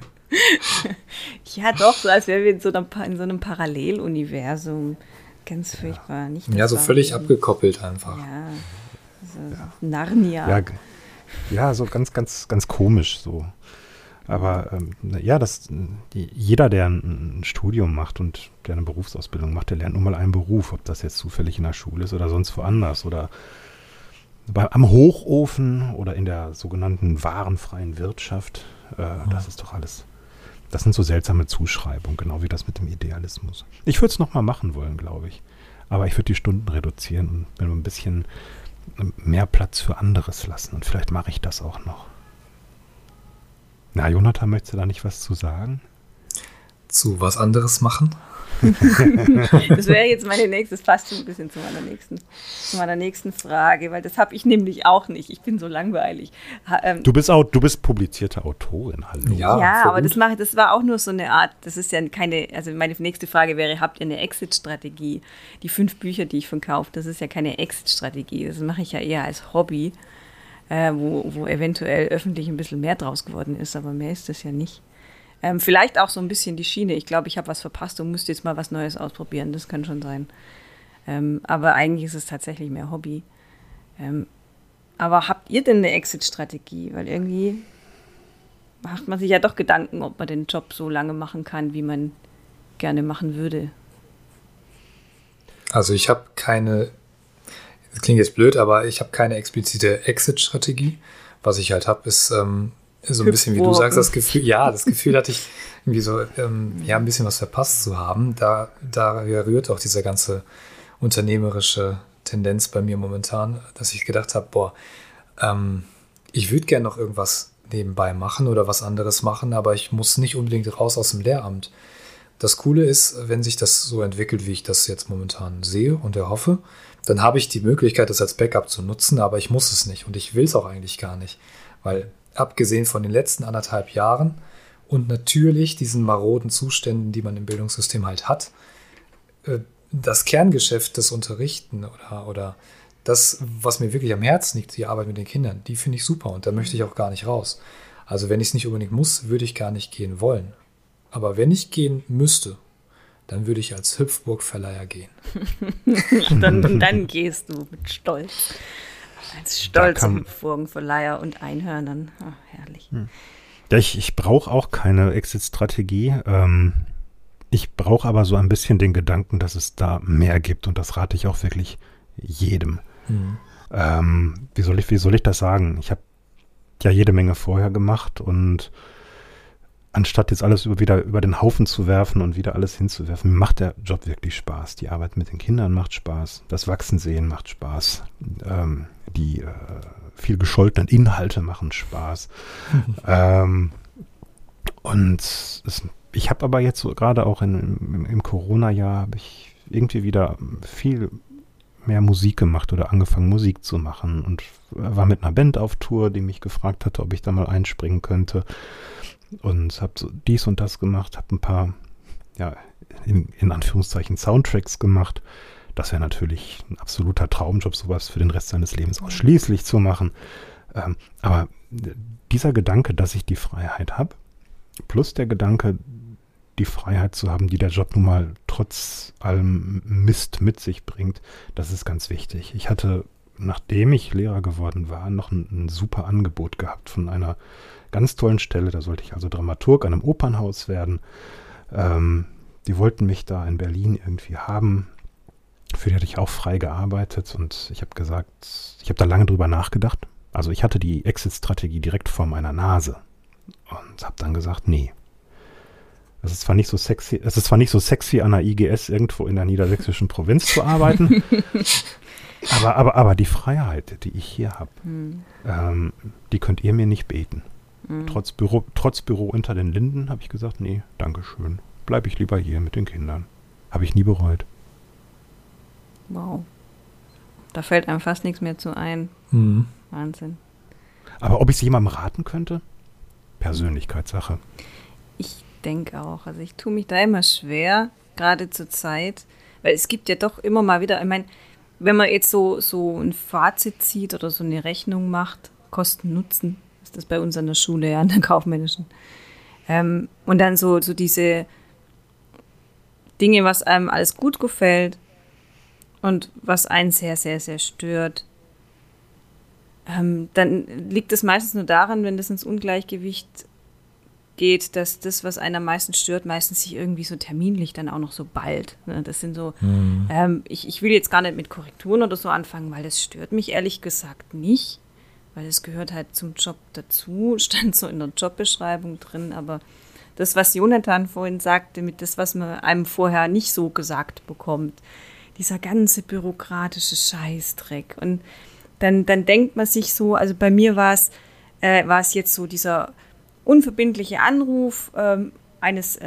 Ja, doch, so als wären wir in so einem Paralleluniversum. Ganz furchtbar. Nicht ja, so völlig abgekoppelt einfach. Ja, Narnia. Ja, so ganz, ganz, ganz komisch so. Aber jeder, der ein Studium macht und der eine Berufsausbildung macht, der lernt nun mal einen Beruf, ob das jetzt zufällig in der Schule ist oder sonst woanders oder am Hochofen oder in der sogenannten warenfreien Wirtschaft. Das ist doch alles. Das sind so seltsame Zuschreibungen, genau wie das mit dem Idealismus. Ich würde es nochmal machen wollen, glaube ich. Aber ich würde die Stunden reduzieren und mir ein bisschen mehr Platz für anderes lassen. Und vielleicht mache ich das auch noch. Na, Jonathan, möchtest du da nicht was zu sagen? Zu was anderes machen? Das wäre jetzt das passt schon ein bisschen zu meiner nächsten Frage, weil das habe ich nämlich auch nicht. Ich bin so langweilig. Du bist publizierte Autorin, hallo. Ja, aber das war auch nur so eine Art, das ist ja keine, also meine nächste Frage wäre, habt ihr eine Exit-Strategie? Die 5 Bücher, die ich verkaufe, das ist ja keine Exit-Strategie, das mache ich ja eher als Hobby, wo eventuell öffentlich ein bisschen mehr draus geworden ist, aber mehr ist das ja nicht. Vielleicht auch so ein bisschen die Schiene. Ich glaube, ich habe was verpasst und müsste jetzt mal was Neues ausprobieren. Das kann schon sein. Aber eigentlich ist es tatsächlich mehr Hobby. Aber habt ihr denn eine Exit-Strategie? Weil irgendwie macht man sich ja doch Gedanken, ob man den Job so lange machen kann, wie man gerne machen würde. Also ich habe keine, das klingt jetzt blöd, aber ich habe keine explizite Exit-Strategie. Was ich halt habe, ist so ein bisschen, wie du sagst, das Gefühl hatte ich irgendwie so, ein bisschen was verpasst zu haben. Da rührt auch diese ganze unternehmerische Tendenz bei mir momentan, dass ich gedacht habe, ich würde gerne noch irgendwas nebenbei machen oder was anderes machen, aber ich muss nicht unbedingt raus aus dem Lehramt. Das Coole ist, wenn sich das so entwickelt, wie ich das jetzt momentan sehe und erhoffe, dann habe ich die Möglichkeit, das als Backup zu nutzen, aber ich muss es nicht und ich will es auch eigentlich gar nicht, weil abgesehen von den letzten 1,5 Jahren und natürlich diesen maroden Zuständen, die man im Bildungssystem halt hat, das Kerngeschäft des Unterrichten oder das, was mir wirklich am Herzen liegt, die Arbeit mit den Kindern, die finde ich super und da möchte ich auch gar nicht raus. Also wenn ich es nicht unbedingt muss, würde ich gar nicht gehen wollen. Aber wenn ich gehen müsste, dann würde ich als Hüpfburg-Verleiher gehen. dann gehst du mit Stolz. Als stolzer Hüpfburgenverleiher und Einhörnern. Oh, herrlich. Ja, ich brauche auch keine Exit-Strategie. Ich brauche aber so ein bisschen den Gedanken, dass es da mehr gibt. Und das rate ich auch wirklich jedem. Wie soll ich das sagen? Ich habe ja jede Menge vorher gemacht und anstatt jetzt alles wieder über den Haufen zu werfen und wieder alles hinzuwerfen, mir macht der Job wirklich Spaß. Die Arbeit mit den Kindern macht Spaß. Das Wachsensehen macht Spaß. Die viel gescholtenen Inhalte machen Spaß. Ich habe aber jetzt so gerade auch im Corona-Jahr habe ich irgendwie wieder viel mehr Musik gemacht oder angefangen Musik zu machen und war mit einer Band auf Tour, die mich gefragt hatte, ob ich da mal einspringen könnte. Und habe so dies und das gemacht, habe ein paar, in Anführungszeichen Soundtracks gemacht. Das wäre natürlich ein absoluter Traumjob, sowas für den Rest seines Lebens ausschließlich zu machen. Aber dieser Gedanke, dass ich die Freiheit habe, plus der Gedanke, die Freiheit zu haben, die der Job nun mal trotz allem Mist mit sich bringt, das ist ganz wichtig. Ich hatte, nachdem ich Lehrer geworden war, noch ein super Angebot gehabt von einer ganz tollen Stelle. Da sollte ich also Dramaturg an einem Opernhaus werden. Die wollten mich da in Berlin irgendwie haben. Für die hatte ich auch frei gearbeitet und ich habe gesagt, ich habe da lange drüber nachgedacht. Also ich hatte die Exit-Strategie direkt vor meiner Nase und habe dann gesagt, nee. Es ist zwar nicht so sexy an der IGS irgendwo in der niedersächsischen Provinz zu arbeiten, aber die Freiheit, die ich hier habe, die könnt ihr mir nicht bieten. Trotz Büro unter den Linden habe ich gesagt, nee, dankeschön. Bleibe ich lieber hier mit den Kindern. Habe ich nie bereut. Wow. Da fällt einem fast nichts mehr zu ein. Wahnsinn. Aber ob ich es jemandem raten könnte? Persönlichkeitssache. Ich denke auch. Also ich tue mich da immer schwer, gerade zur Zeit, weil es gibt ja doch immer mal wieder, ich meine, wenn man jetzt so ein Fazit zieht oder so eine Rechnung macht, Kosten-Nutzen, ist das bei uns an der Schule, ja, an der kaufmännischen. Und dann so diese Dinge, was einem alles gut gefällt und was einen sehr, sehr, sehr stört, dann liegt es meistens nur daran, wenn das ins Ungleichgewicht geht, dass das, was einen am meisten stört, meistens sich irgendwie so terminlich dann auch noch so ballt. Ne? Das sind so, ich will jetzt gar nicht mit Korrekturen oder so anfangen, weil das stört mich ehrlich gesagt nicht, weil es gehört halt zum Job dazu, stand so in der Jobbeschreibung drin, aber das, was Jonathan vorhin sagte, mit das, was man einem vorher nicht so gesagt bekommt, dieser ganze bürokratische Scheißdreck. Und dann denkt man sich so, also bei mir war es jetzt so dieser unverbindliche Anruf eines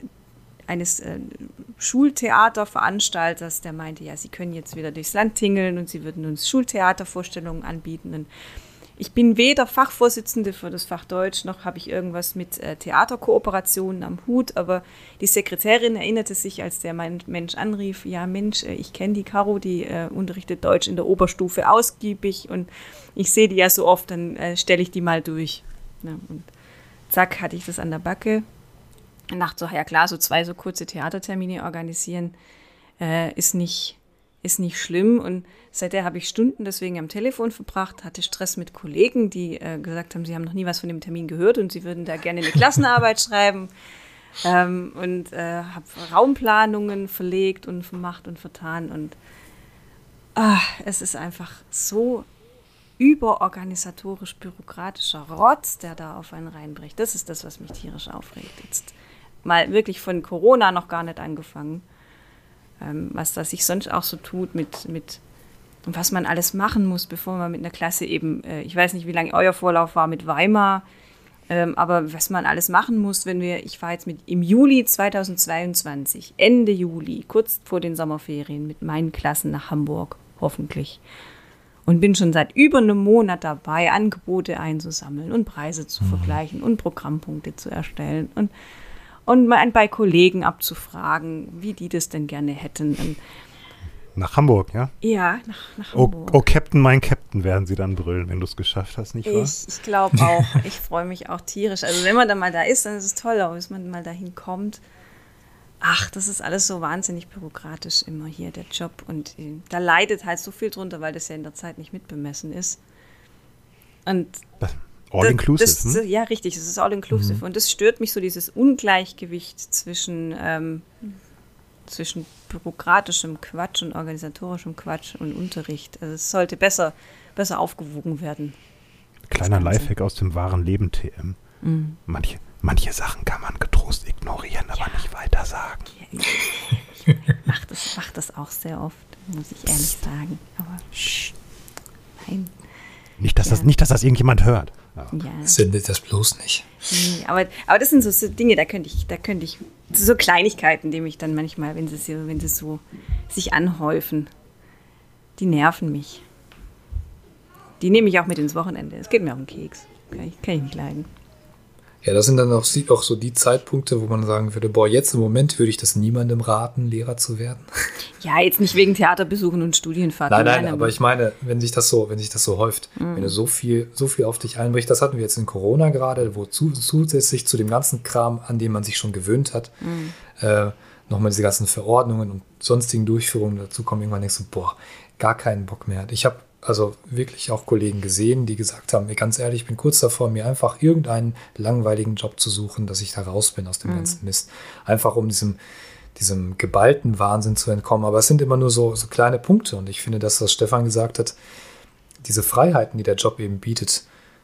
Schultheaterveranstalters, der meinte, ja, sie können jetzt wieder durchs Land tingeln und sie würden uns Schultheatervorstellungen anbieten. Und ich bin weder Fachvorsitzende für das Fach Deutsch, noch habe ich irgendwas mit Theaterkooperationen am Hut, aber die Sekretärin erinnerte sich, als der Mensch anrief, ja Mensch, ich kenne die Caro, die unterrichtet Deutsch in der Oberstufe ausgiebig und ich sehe die ja so oft, dann stelle ich die mal durch. Ja, und zack, hatte ich das an der Backe. Und dachte so, ja klar, so 2 so kurze Theatertermine organisieren ist nicht schlimm. Und seither habe ich Stunden deswegen am Telefon verbracht, hatte Stress mit Kollegen, die gesagt haben, sie haben noch nie was von dem Termin gehört und sie würden da gerne eine Klassenarbeit schreiben. Und habe Raumplanungen verlegt und vermacht und vertan. Und es ist einfach so überorganisatorisch bürokratischer Rotz, der da auf einen reinbricht. Das ist das, was mich tierisch aufregt. Jetzt mal wirklich von Corona noch gar nicht angefangen. Was das sich sonst auch so tut mit was man alles machen muss, bevor man mit einer Klasse eben, ich weiß nicht, wie lange euer Vorlauf war mit Weimar, aber was man alles machen muss, ich fahre jetzt im Juli 2022, Ende Juli, kurz vor den Sommerferien, mit meinen Klassen nach Hamburg, hoffentlich. Und bin schon seit über einem Monat dabei, Angebote einzusammeln und Preise zu vergleichen und Programmpunkte zu erstellen und mal bei Kollegen abzufragen, wie die das denn gerne hätten. Und nach Hamburg, ja? Ja, nach Hamburg. Oh, Captain, mein Captain, werden sie dann brüllen, wenn du es geschafft hast, nicht wahr? Ich glaube auch. Ich freue mich auch tierisch. Also wenn man dann mal da ist, dann ist es toll, aber bis man mal dahin kommt. Ach, das ist alles so wahnsinnig bürokratisch immer hier, der Job. Und da leidet halt so viel drunter, weil das ja in der Zeit nicht mitbemessen ist. Und all-inclusive. Ja, richtig, es ist all-inclusive. Und das stört mich so, dieses Ungleichgewicht zwischen bürokratischem Quatsch und organisatorischem Quatsch und Unterricht. Also es sollte besser aufgewogen werden. Kleiner Lifehack aus dem wahren Leben, TM. Manche Sachen kann man getrost ignorieren, aber nicht weiter sagen. Ich mach das auch sehr oft, muss ich ehrlich sagen. Aber nein. Nicht, dass das irgendjemand hört. Ja. Sendet das bloß nicht. Nee, aber das sind so Dinge, da könnte ich so Kleinigkeiten, die mich dann manchmal, wenn sie so sich anhäufen, die nerven mich. Die nehme ich auch mit ins Wochenende. Es geht mir auf den Keks. Kann ich nicht leiden. Ja, das sind dann auch so die Zeitpunkte, wo man sagen würde, boah, jetzt im Moment würde ich das niemandem raten, Lehrer zu werden. Ja, jetzt nicht wegen Theaterbesuchen und Studienfahrt. Nein, aber ich meine, wenn sich das so häuft, wenn du so viel auf dich einbricht, das hatten wir jetzt in Corona gerade, wo zusätzlich zu dem ganzen Kram, an dem man sich schon gewöhnt hat, nochmal diese ganzen Verordnungen und sonstigen Durchführungen dazu kommen, irgendwann denkst du, boah, gar keinen Bock mehr. Ich habe also wirklich auch Kollegen gesehen, die gesagt haben, ganz ehrlich, ich bin kurz davor, mir einfach irgendeinen langweiligen Job zu suchen, dass ich da raus bin aus dem ganzen Mist. Einfach um diesem geballten Wahnsinn zu entkommen. Aber es sind immer nur so kleine Punkte. Und ich finde, dass was Stefan gesagt hat, diese Freiheiten, die der Job eben bietet,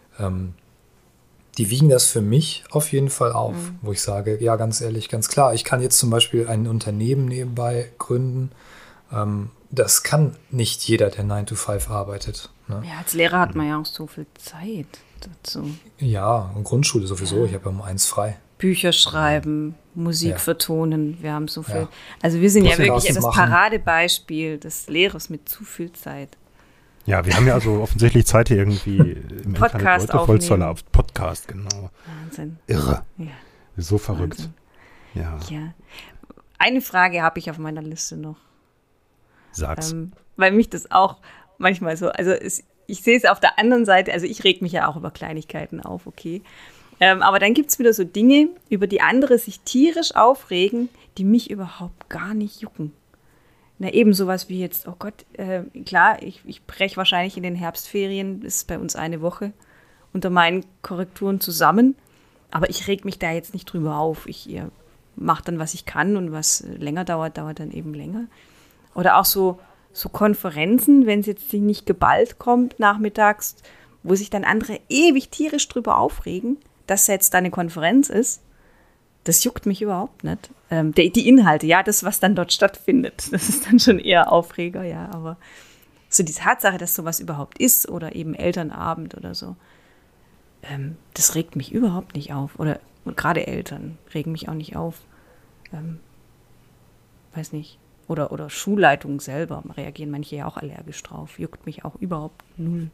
die wiegen das für mich auf jeden Fall auf. Wo ich sage, ja, ganz ehrlich, ganz klar, ich kann jetzt zum Beispiel ein Unternehmen nebenbei gründen. Das kann nicht jeder, der 9 to 5 arbeitet. Ne? Ja, als Lehrer hat man ja auch so viel Zeit dazu. Ja, und Grundschule sowieso. Ja. Ich habe ja um 1 frei. Bücher schreiben, Musik vertonen. Wir haben so viel. Ja. Also wir sind ja Muss wirklich das machen. Paradebeispiel des Lehrers mit zu viel Zeit. Ja, wir haben ja also offensichtlich Zeit hier irgendwie im Podcast Internet Leute voll zu auf Podcast, genau. Wahnsinn. Irre. Ja. So verrückt. Wahnsinn. Ja. Eine Frage habe ich auf meiner Liste noch. Sag's. Weil mich das auch manchmal so, also ich sehe es auf der anderen Seite, also ich reg mich ja auch über Kleinigkeiten auf, okay. Aber dann gibt es wieder so Dinge, über die andere sich tierisch aufregen, die mich überhaupt gar nicht jucken. Na, eben sowas wie jetzt, oh Gott, klar, ich breche wahrscheinlich in den Herbstferien, das ist bei uns eine Woche, unter meinen Korrekturen zusammen, aber ich reg mich da jetzt nicht drüber auf. Ich mache dann, was ich kann und was länger dauert dann eben länger. Oder auch so Konferenzen, wenn es jetzt nicht geballt kommt nachmittags, wo sich dann andere ewig tierisch drüber aufregen, dass jetzt da eine Konferenz ist. Das juckt mich überhaupt nicht. Die Inhalte, ja, das, was dann dort stattfindet, das ist dann schon eher Aufreger, ja. Aber so die Tatsache, dass sowas überhaupt ist oder eben Elternabend oder so, das regt mich überhaupt nicht auf. Oder gerade Eltern regen mich auch nicht auf. Weiß nicht. Oder Schulleitungen selber, reagieren manche ja auch allergisch drauf. Juckt mich auch überhaupt null.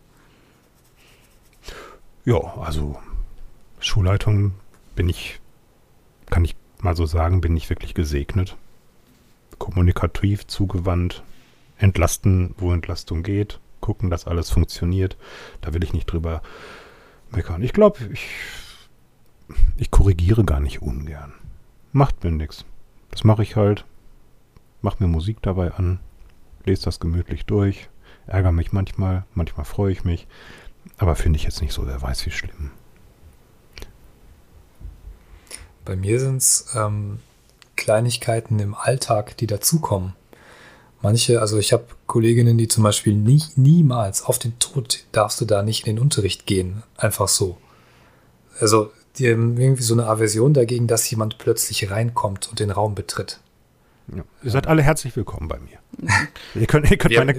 Ja, also Schulleitung kann ich mal so sagen, bin ich wirklich gesegnet. Kommunikativ zugewandt, entlasten, wo Entlastung geht, gucken, dass alles funktioniert. Da will ich nicht drüber meckern. Ich glaube, ich korrigiere gar nicht ungern. Macht mir nichts. Das mache ich halt. Mach mir Musik dabei an, lese das gemütlich durch, ärgere mich manchmal freue ich mich, aber finde ich jetzt nicht so, wer weiß wie schlimm. Bei mir sind es Kleinigkeiten im Alltag, die dazukommen. Manche, also ich habe Kolleginnen, die zum Beispiel niemals, auf den Tod darfst du da nicht in den Unterricht gehen, einfach so. Also die haben irgendwie so eine Aversion dagegen, dass jemand plötzlich reinkommt und den Raum betritt. Ja. Ihr seid alle herzlich willkommen bei mir. Ihr könnt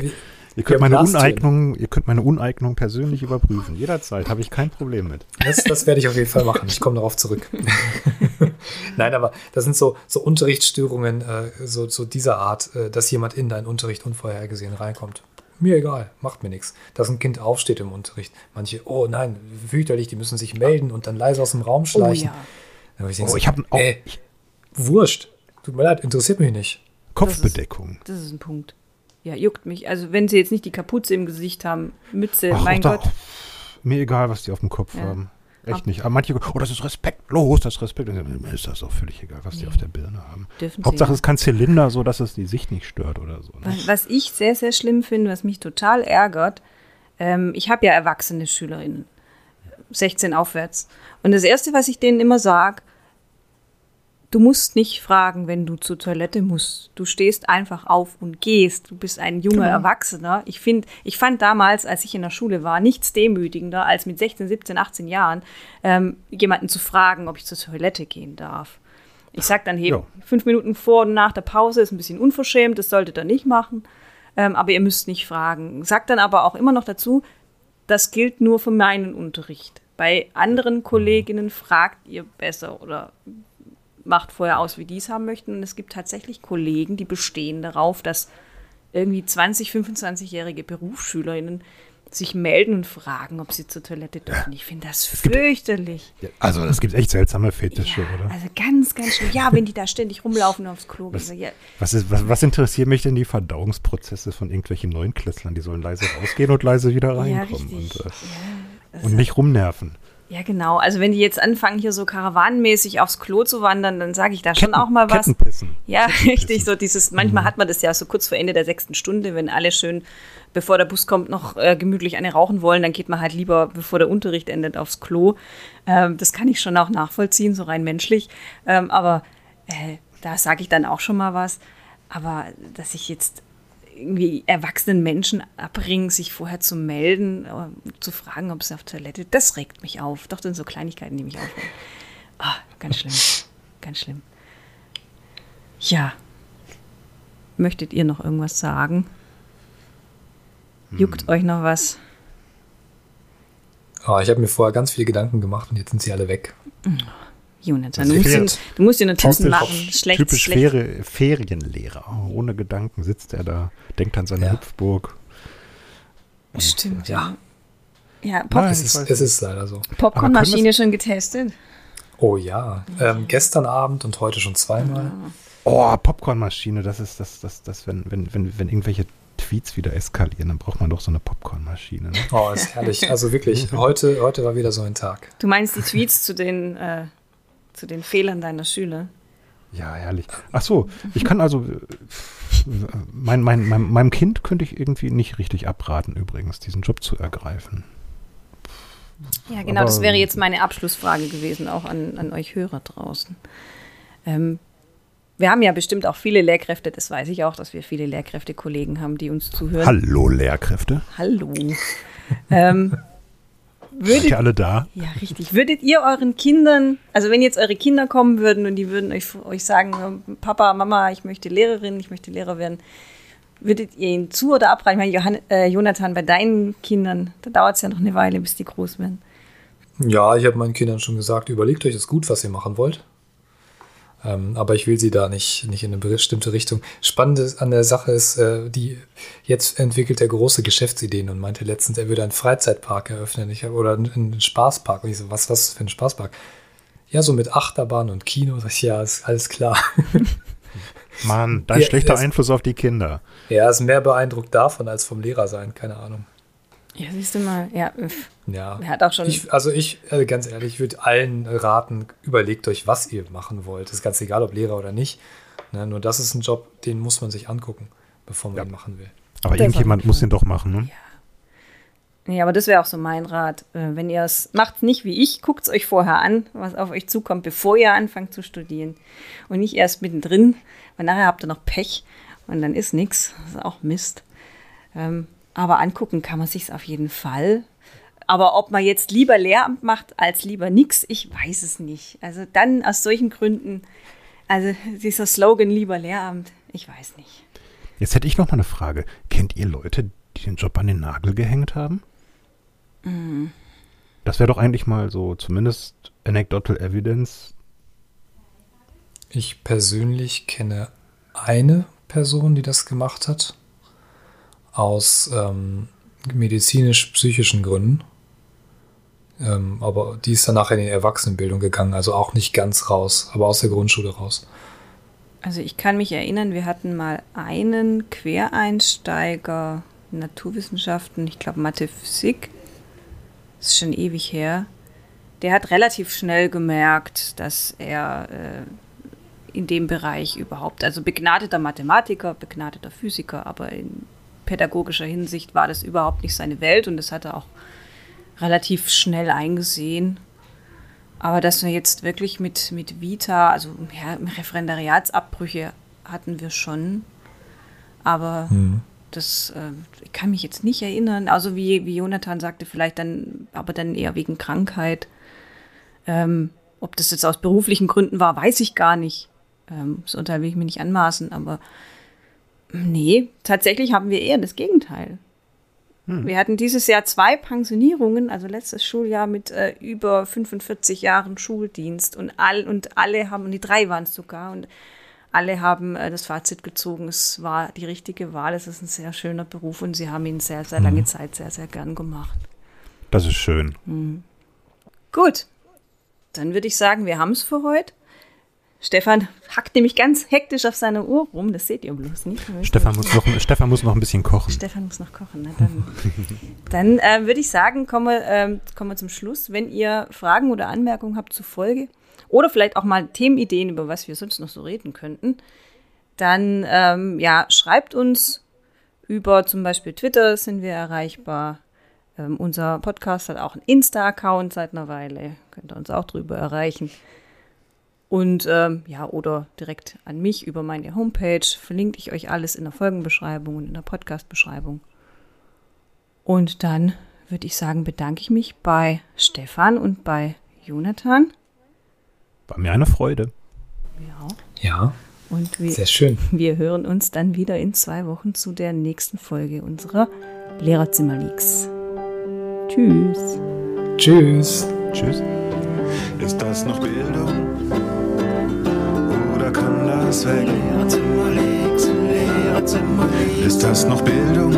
meine Uneignung persönlich überprüfen. Jederzeit habe ich kein Problem mit. Das werde ich auf jeden Fall machen. Ich komme darauf zurück. Nein, aber das sind so Unterrichtsstörungen, so dieser Art, dass jemand in deinen Unterricht unvorhergesehen reinkommt. Mir egal, macht mir nichts. Dass ein Kind aufsteht im Unterricht. Manche, oh nein, fürchterlich, die müssen sich melden und dann leise aus dem Raum schleichen. Oh ja. Wurscht. Tut mir leid, interessiert mich nicht. Kopfbedeckung. Das ist ein Punkt. Ja, juckt mich. Also wenn sie jetzt nicht die Kapuze im Gesicht haben, Mütze, mein Gott. Mir egal, was die auf dem Kopf haben. Echt nicht. Aber manche, das ist respektlos, das ist Respekt. Mir ist das auch völlig egal, was die auf der Birne haben. Hauptsache es ist kein Zylinder, so dass es die Sicht nicht stört oder so. Ne? Was ich sehr, sehr schlimm finde, was mich total ärgert, ich habe ja erwachsene SchülerInnen, 16 aufwärts. Und das Erste, was ich denen immer sage, du musst nicht fragen, wenn du zur Toilette musst. Du stehst einfach auf und gehst. Du bist ein junger Erwachsener. Ich fand damals, als ich in der Schule war, nichts demütigender, als mit 16, 17, 18 Jahren jemanden zu fragen, ob ich zur Toilette gehen darf. Ich sag dann 5 Minuten vor und nach der Pause, ist ein bisschen unverschämt, das solltet ihr nicht machen. Aber ihr müsst nicht fragen. Sag dann aber auch immer noch dazu, das gilt nur für meinen Unterricht. Bei anderen Kolleginnen fragt ihr besser oder macht vorher aus, wie die es haben möchten. Und es gibt tatsächlich Kollegen, die bestehen darauf, dass irgendwie 20-, 25-jährige BerufsschülerInnen sich melden und fragen, ob sie zur Toilette dürfen. Ich finde das fürchterlich. Also es gibt echt seltsame Fetische, Ja, oder? also ganz, ganz schlimm. Ja, wenn die da ständig rumlaufen aufs Klo. Was interessiert mich denn die Verdauungsprozesse von irgendwelchen Neunklässlern? Die sollen leise rausgehen und leise wieder Ja, reinkommen richtig. und nicht rumnerven. Ja, genau. Also wenn die jetzt anfangen, hier so karawanenmäßig aufs Klo zu wandern, dann sage ich da schon auch mal was. Kettenpissen. Ja, richtig. So manchmal hat man das ja so kurz vor Ende der 6. Stunde, wenn alle schön, bevor der Bus kommt, noch gemütlich eine rauchen wollen, dann geht man halt lieber, bevor der Unterricht endet, aufs Klo. Das kann ich schon auch nachvollziehen, so rein menschlich. Aber da sage ich dann auch schon mal was. Aber dass ich jetzt irgendwie erwachsenen Menschen abbringen, sich vorher zu melden, zu fragen, ob sie auf Toilette, das regt mich auf. Doch, das sind so Kleinigkeiten, die mich aufregen. Ganz schlimm. Ganz schlimm. Ja. Möchtet ihr noch irgendwas sagen? Juckt euch noch was? Ich habe mir vorher ganz viele Gedanken gemacht und jetzt sind sie alle weg. Jonathan, du musst dir Notizen machen. Typisch Ferienlehrer. Ohne Gedanken sitzt er da, denkt an seine Hüpfburg. Stimmt, ja. Ja, Es ist leider so. Popcornmaschine schon getestet? Oh ja, gestern Abend und heute schon zweimal. Oh, Popcornmaschine, das ist das, wenn irgendwelche Tweets wieder eskalieren, dann braucht man doch so eine Popcornmaschine. Ne? Oh, ist herrlich. Also wirklich, heute war wieder so ein Tag. Du meinst die Tweets zu den Fehlern deiner Schüler? Ja, herrlich. Ach so, ich kann also meinem Kind könnte ich irgendwie nicht richtig abraten, übrigens, diesen Job zu ergreifen. Ja, genau, das wäre jetzt meine Abschlussfrage gewesen, auch an euch Hörer draußen. Wir haben ja bestimmt auch viele Lehrkräfte, das weiß ich auch, dass wir viele Lehrkräfte-Kollegen haben, die uns zuhören. Hallo, Lehrkräfte. Hallo. Seid ihr alle da? Ja, richtig. Würdet ihr euren Kindern, also wenn jetzt eure Kinder kommen würden und die würden euch sagen, Papa, Mama, ich möchte Lehrerin, ich möchte Lehrer werden, würdet ihr ihnen zu- oder abraten? Ich meine, Jonathan, bei deinen Kindern, da dauert es ja noch eine Weile, bis die groß werden. Ja, ich habe meinen Kindern schon gesagt, überlegt euch das gut, was ihr machen wollt. Aber ich will sie da nicht in eine bestimmte Richtung. Spannend an der Sache ist, jetzt entwickelt er große Geschäftsideen und meinte letztens, er würde einen Freizeitpark eröffnen oder einen Spaßpark. Und ich so, was für ein Spaßpark? Ja, so mit Achterbahn und Kino. Ja, ist alles klar. Mann, dein schlechter Einfluss auf die Kinder. Ja, ist mehr beeindruckt davon als vom Lehrer sein, keine Ahnung. Ja, siehst du mal, ja. Ja, er hat auch schon. Ganz ehrlich, ich würde allen raten, überlegt euch, was ihr machen wollt. Ist ganz egal, ob Lehrer oder nicht. Ne, nur das ist ein Job, den muss man sich angucken, bevor man ihn machen will. Aber irgendjemand muss ihn doch machen, ne? Ja, aber das wäre auch so mein Rat. Wenn ihr es macht, nicht wie ich, guckt es euch vorher an, was auf euch zukommt, bevor ihr anfangt zu studieren. Und nicht erst mittendrin, weil nachher habt ihr noch Pech und dann ist nichts. Das ist auch Mist. Aber angucken kann man sich's auf jeden Fall. Aber ob man jetzt lieber Lehramt macht als lieber nix, ich weiß es nicht. Also dann aus solchen Gründen, also dieser Slogan lieber Lehramt, ich weiß nicht. Jetzt hätte ich noch mal eine Frage. Kennt ihr Leute, die den Job an den Nagel gehängt haben? Das wäre doch eigentlich mal so zumindest anecdotal evidence. Ich persönlich kenne eine Person, die das gemacht hat. Aus medizinisch-psychischen Gründen. Aber die ist dann nachher in die Erwachsenenbildung gegangen, also auch nicht ganz raus, aber aus der Grundschule raus. Also ich kann mich erinnern, wir hatten mal einen Quereinsteiger Naturwissenschaften, ich glaube Mathe, Physik, das ist schon ewig her. Der hat relativ schnell gemerkt, dass er in dem Bereich überhaupt, also begnadeter Mathematiker, begnadeter Physiker, aber in pädagogischer Hinsicht war das überhaupt nicht seine Welt und das hat er auch relativ schnell eingesehen. Aber dass wir jetzt wirklich mit Vita, also ja, Referendariatsabbrüche hatten wir schon, aber das ich kann mich jetzt nicht erinnern, also wie Jonathan sagte, vielleicht dann, aber dann eher wegen Krankheit. Ob das jetzt aus beruflichen Gründen war, weiß ich gar nicht. Das Urteil will ich mir nicht anmaßen, aber nee, tatsächlich haben wir eher das Gegenteil. Wir hatten dieses Jahr 2 Pensionierungen, also letztes Schuljahr mit über 45 Jahren Schuldienst und alle haben, und die 3 waren es sogar, und alle haben das Fazit gezogen, es war die richtige Wahl, es ist ein sehr schöner Beruf und sie haben ihn sehr, sehr lange Zeit sehr, sehr gern gemacht. Das ist schön. Gut, dann würde ich sagen, wir haben es für heute. Stefan hackt nämlich ganz hektisch auf seiner Uhr rum, das seht ihr bloß nicht. Stefan muss noch ein bisschen kochen. Stefan muss noch kochen. Na dann würde ich sagen, kommen wir zum Schluss. Wenn ihr Fragen oder Anmerkungen habt zur Folge oder vielleicht auch mal Themenideen, über was wir sonst noch so reden könnten, dann schreibt uns über zum Beispiel Twitter, sind wir erreichbar. Unser Podcast hat auch einen Insta-Account seit einer Weile, könnt ihr uns auch drüber erreichen. Und oder direkt an mich über meine Homepage, verlinke ich euch alles in der Folgenbeschreibung und in der Podcast-Beschreibung. Und dann würde ich sagen, bedanke ich mich bei Stefan und bei Jonathan. War mir eine Freude. Ja. Ja, Und sehr schön. wir hören uns dann wieder in 2 Wochen zu der nächsten Folge unserer Lehrerzimmer-Leaks. Tschüss. Tschüss. Tschüss. Ist das noch Bildung? Oder kann das weg? Lehrerzimmer-Leaks, Lehrerzimmer-Leaks. Ist das noch Bildung?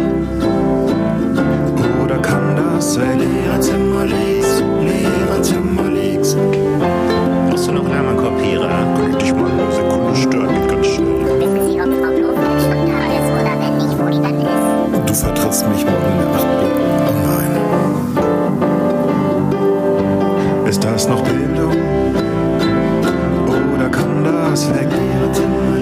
Oder kann das weg? Lehrerzimmer-Leaks, Lehrerzimmer-Leaks. Brauchst du noch Lernmannkorpierer? Kann ich dich mal eine Sekunde stören? Geht ganz schnell. Wissen Sie, ob Frau Blofeld schon da ist oder wenn nicht, wo die dann ist? Und du vertrittst mich morgen in der 8. Oh nein. Ist das noch Bildung? Oder kann das weg? Lehrerzimmer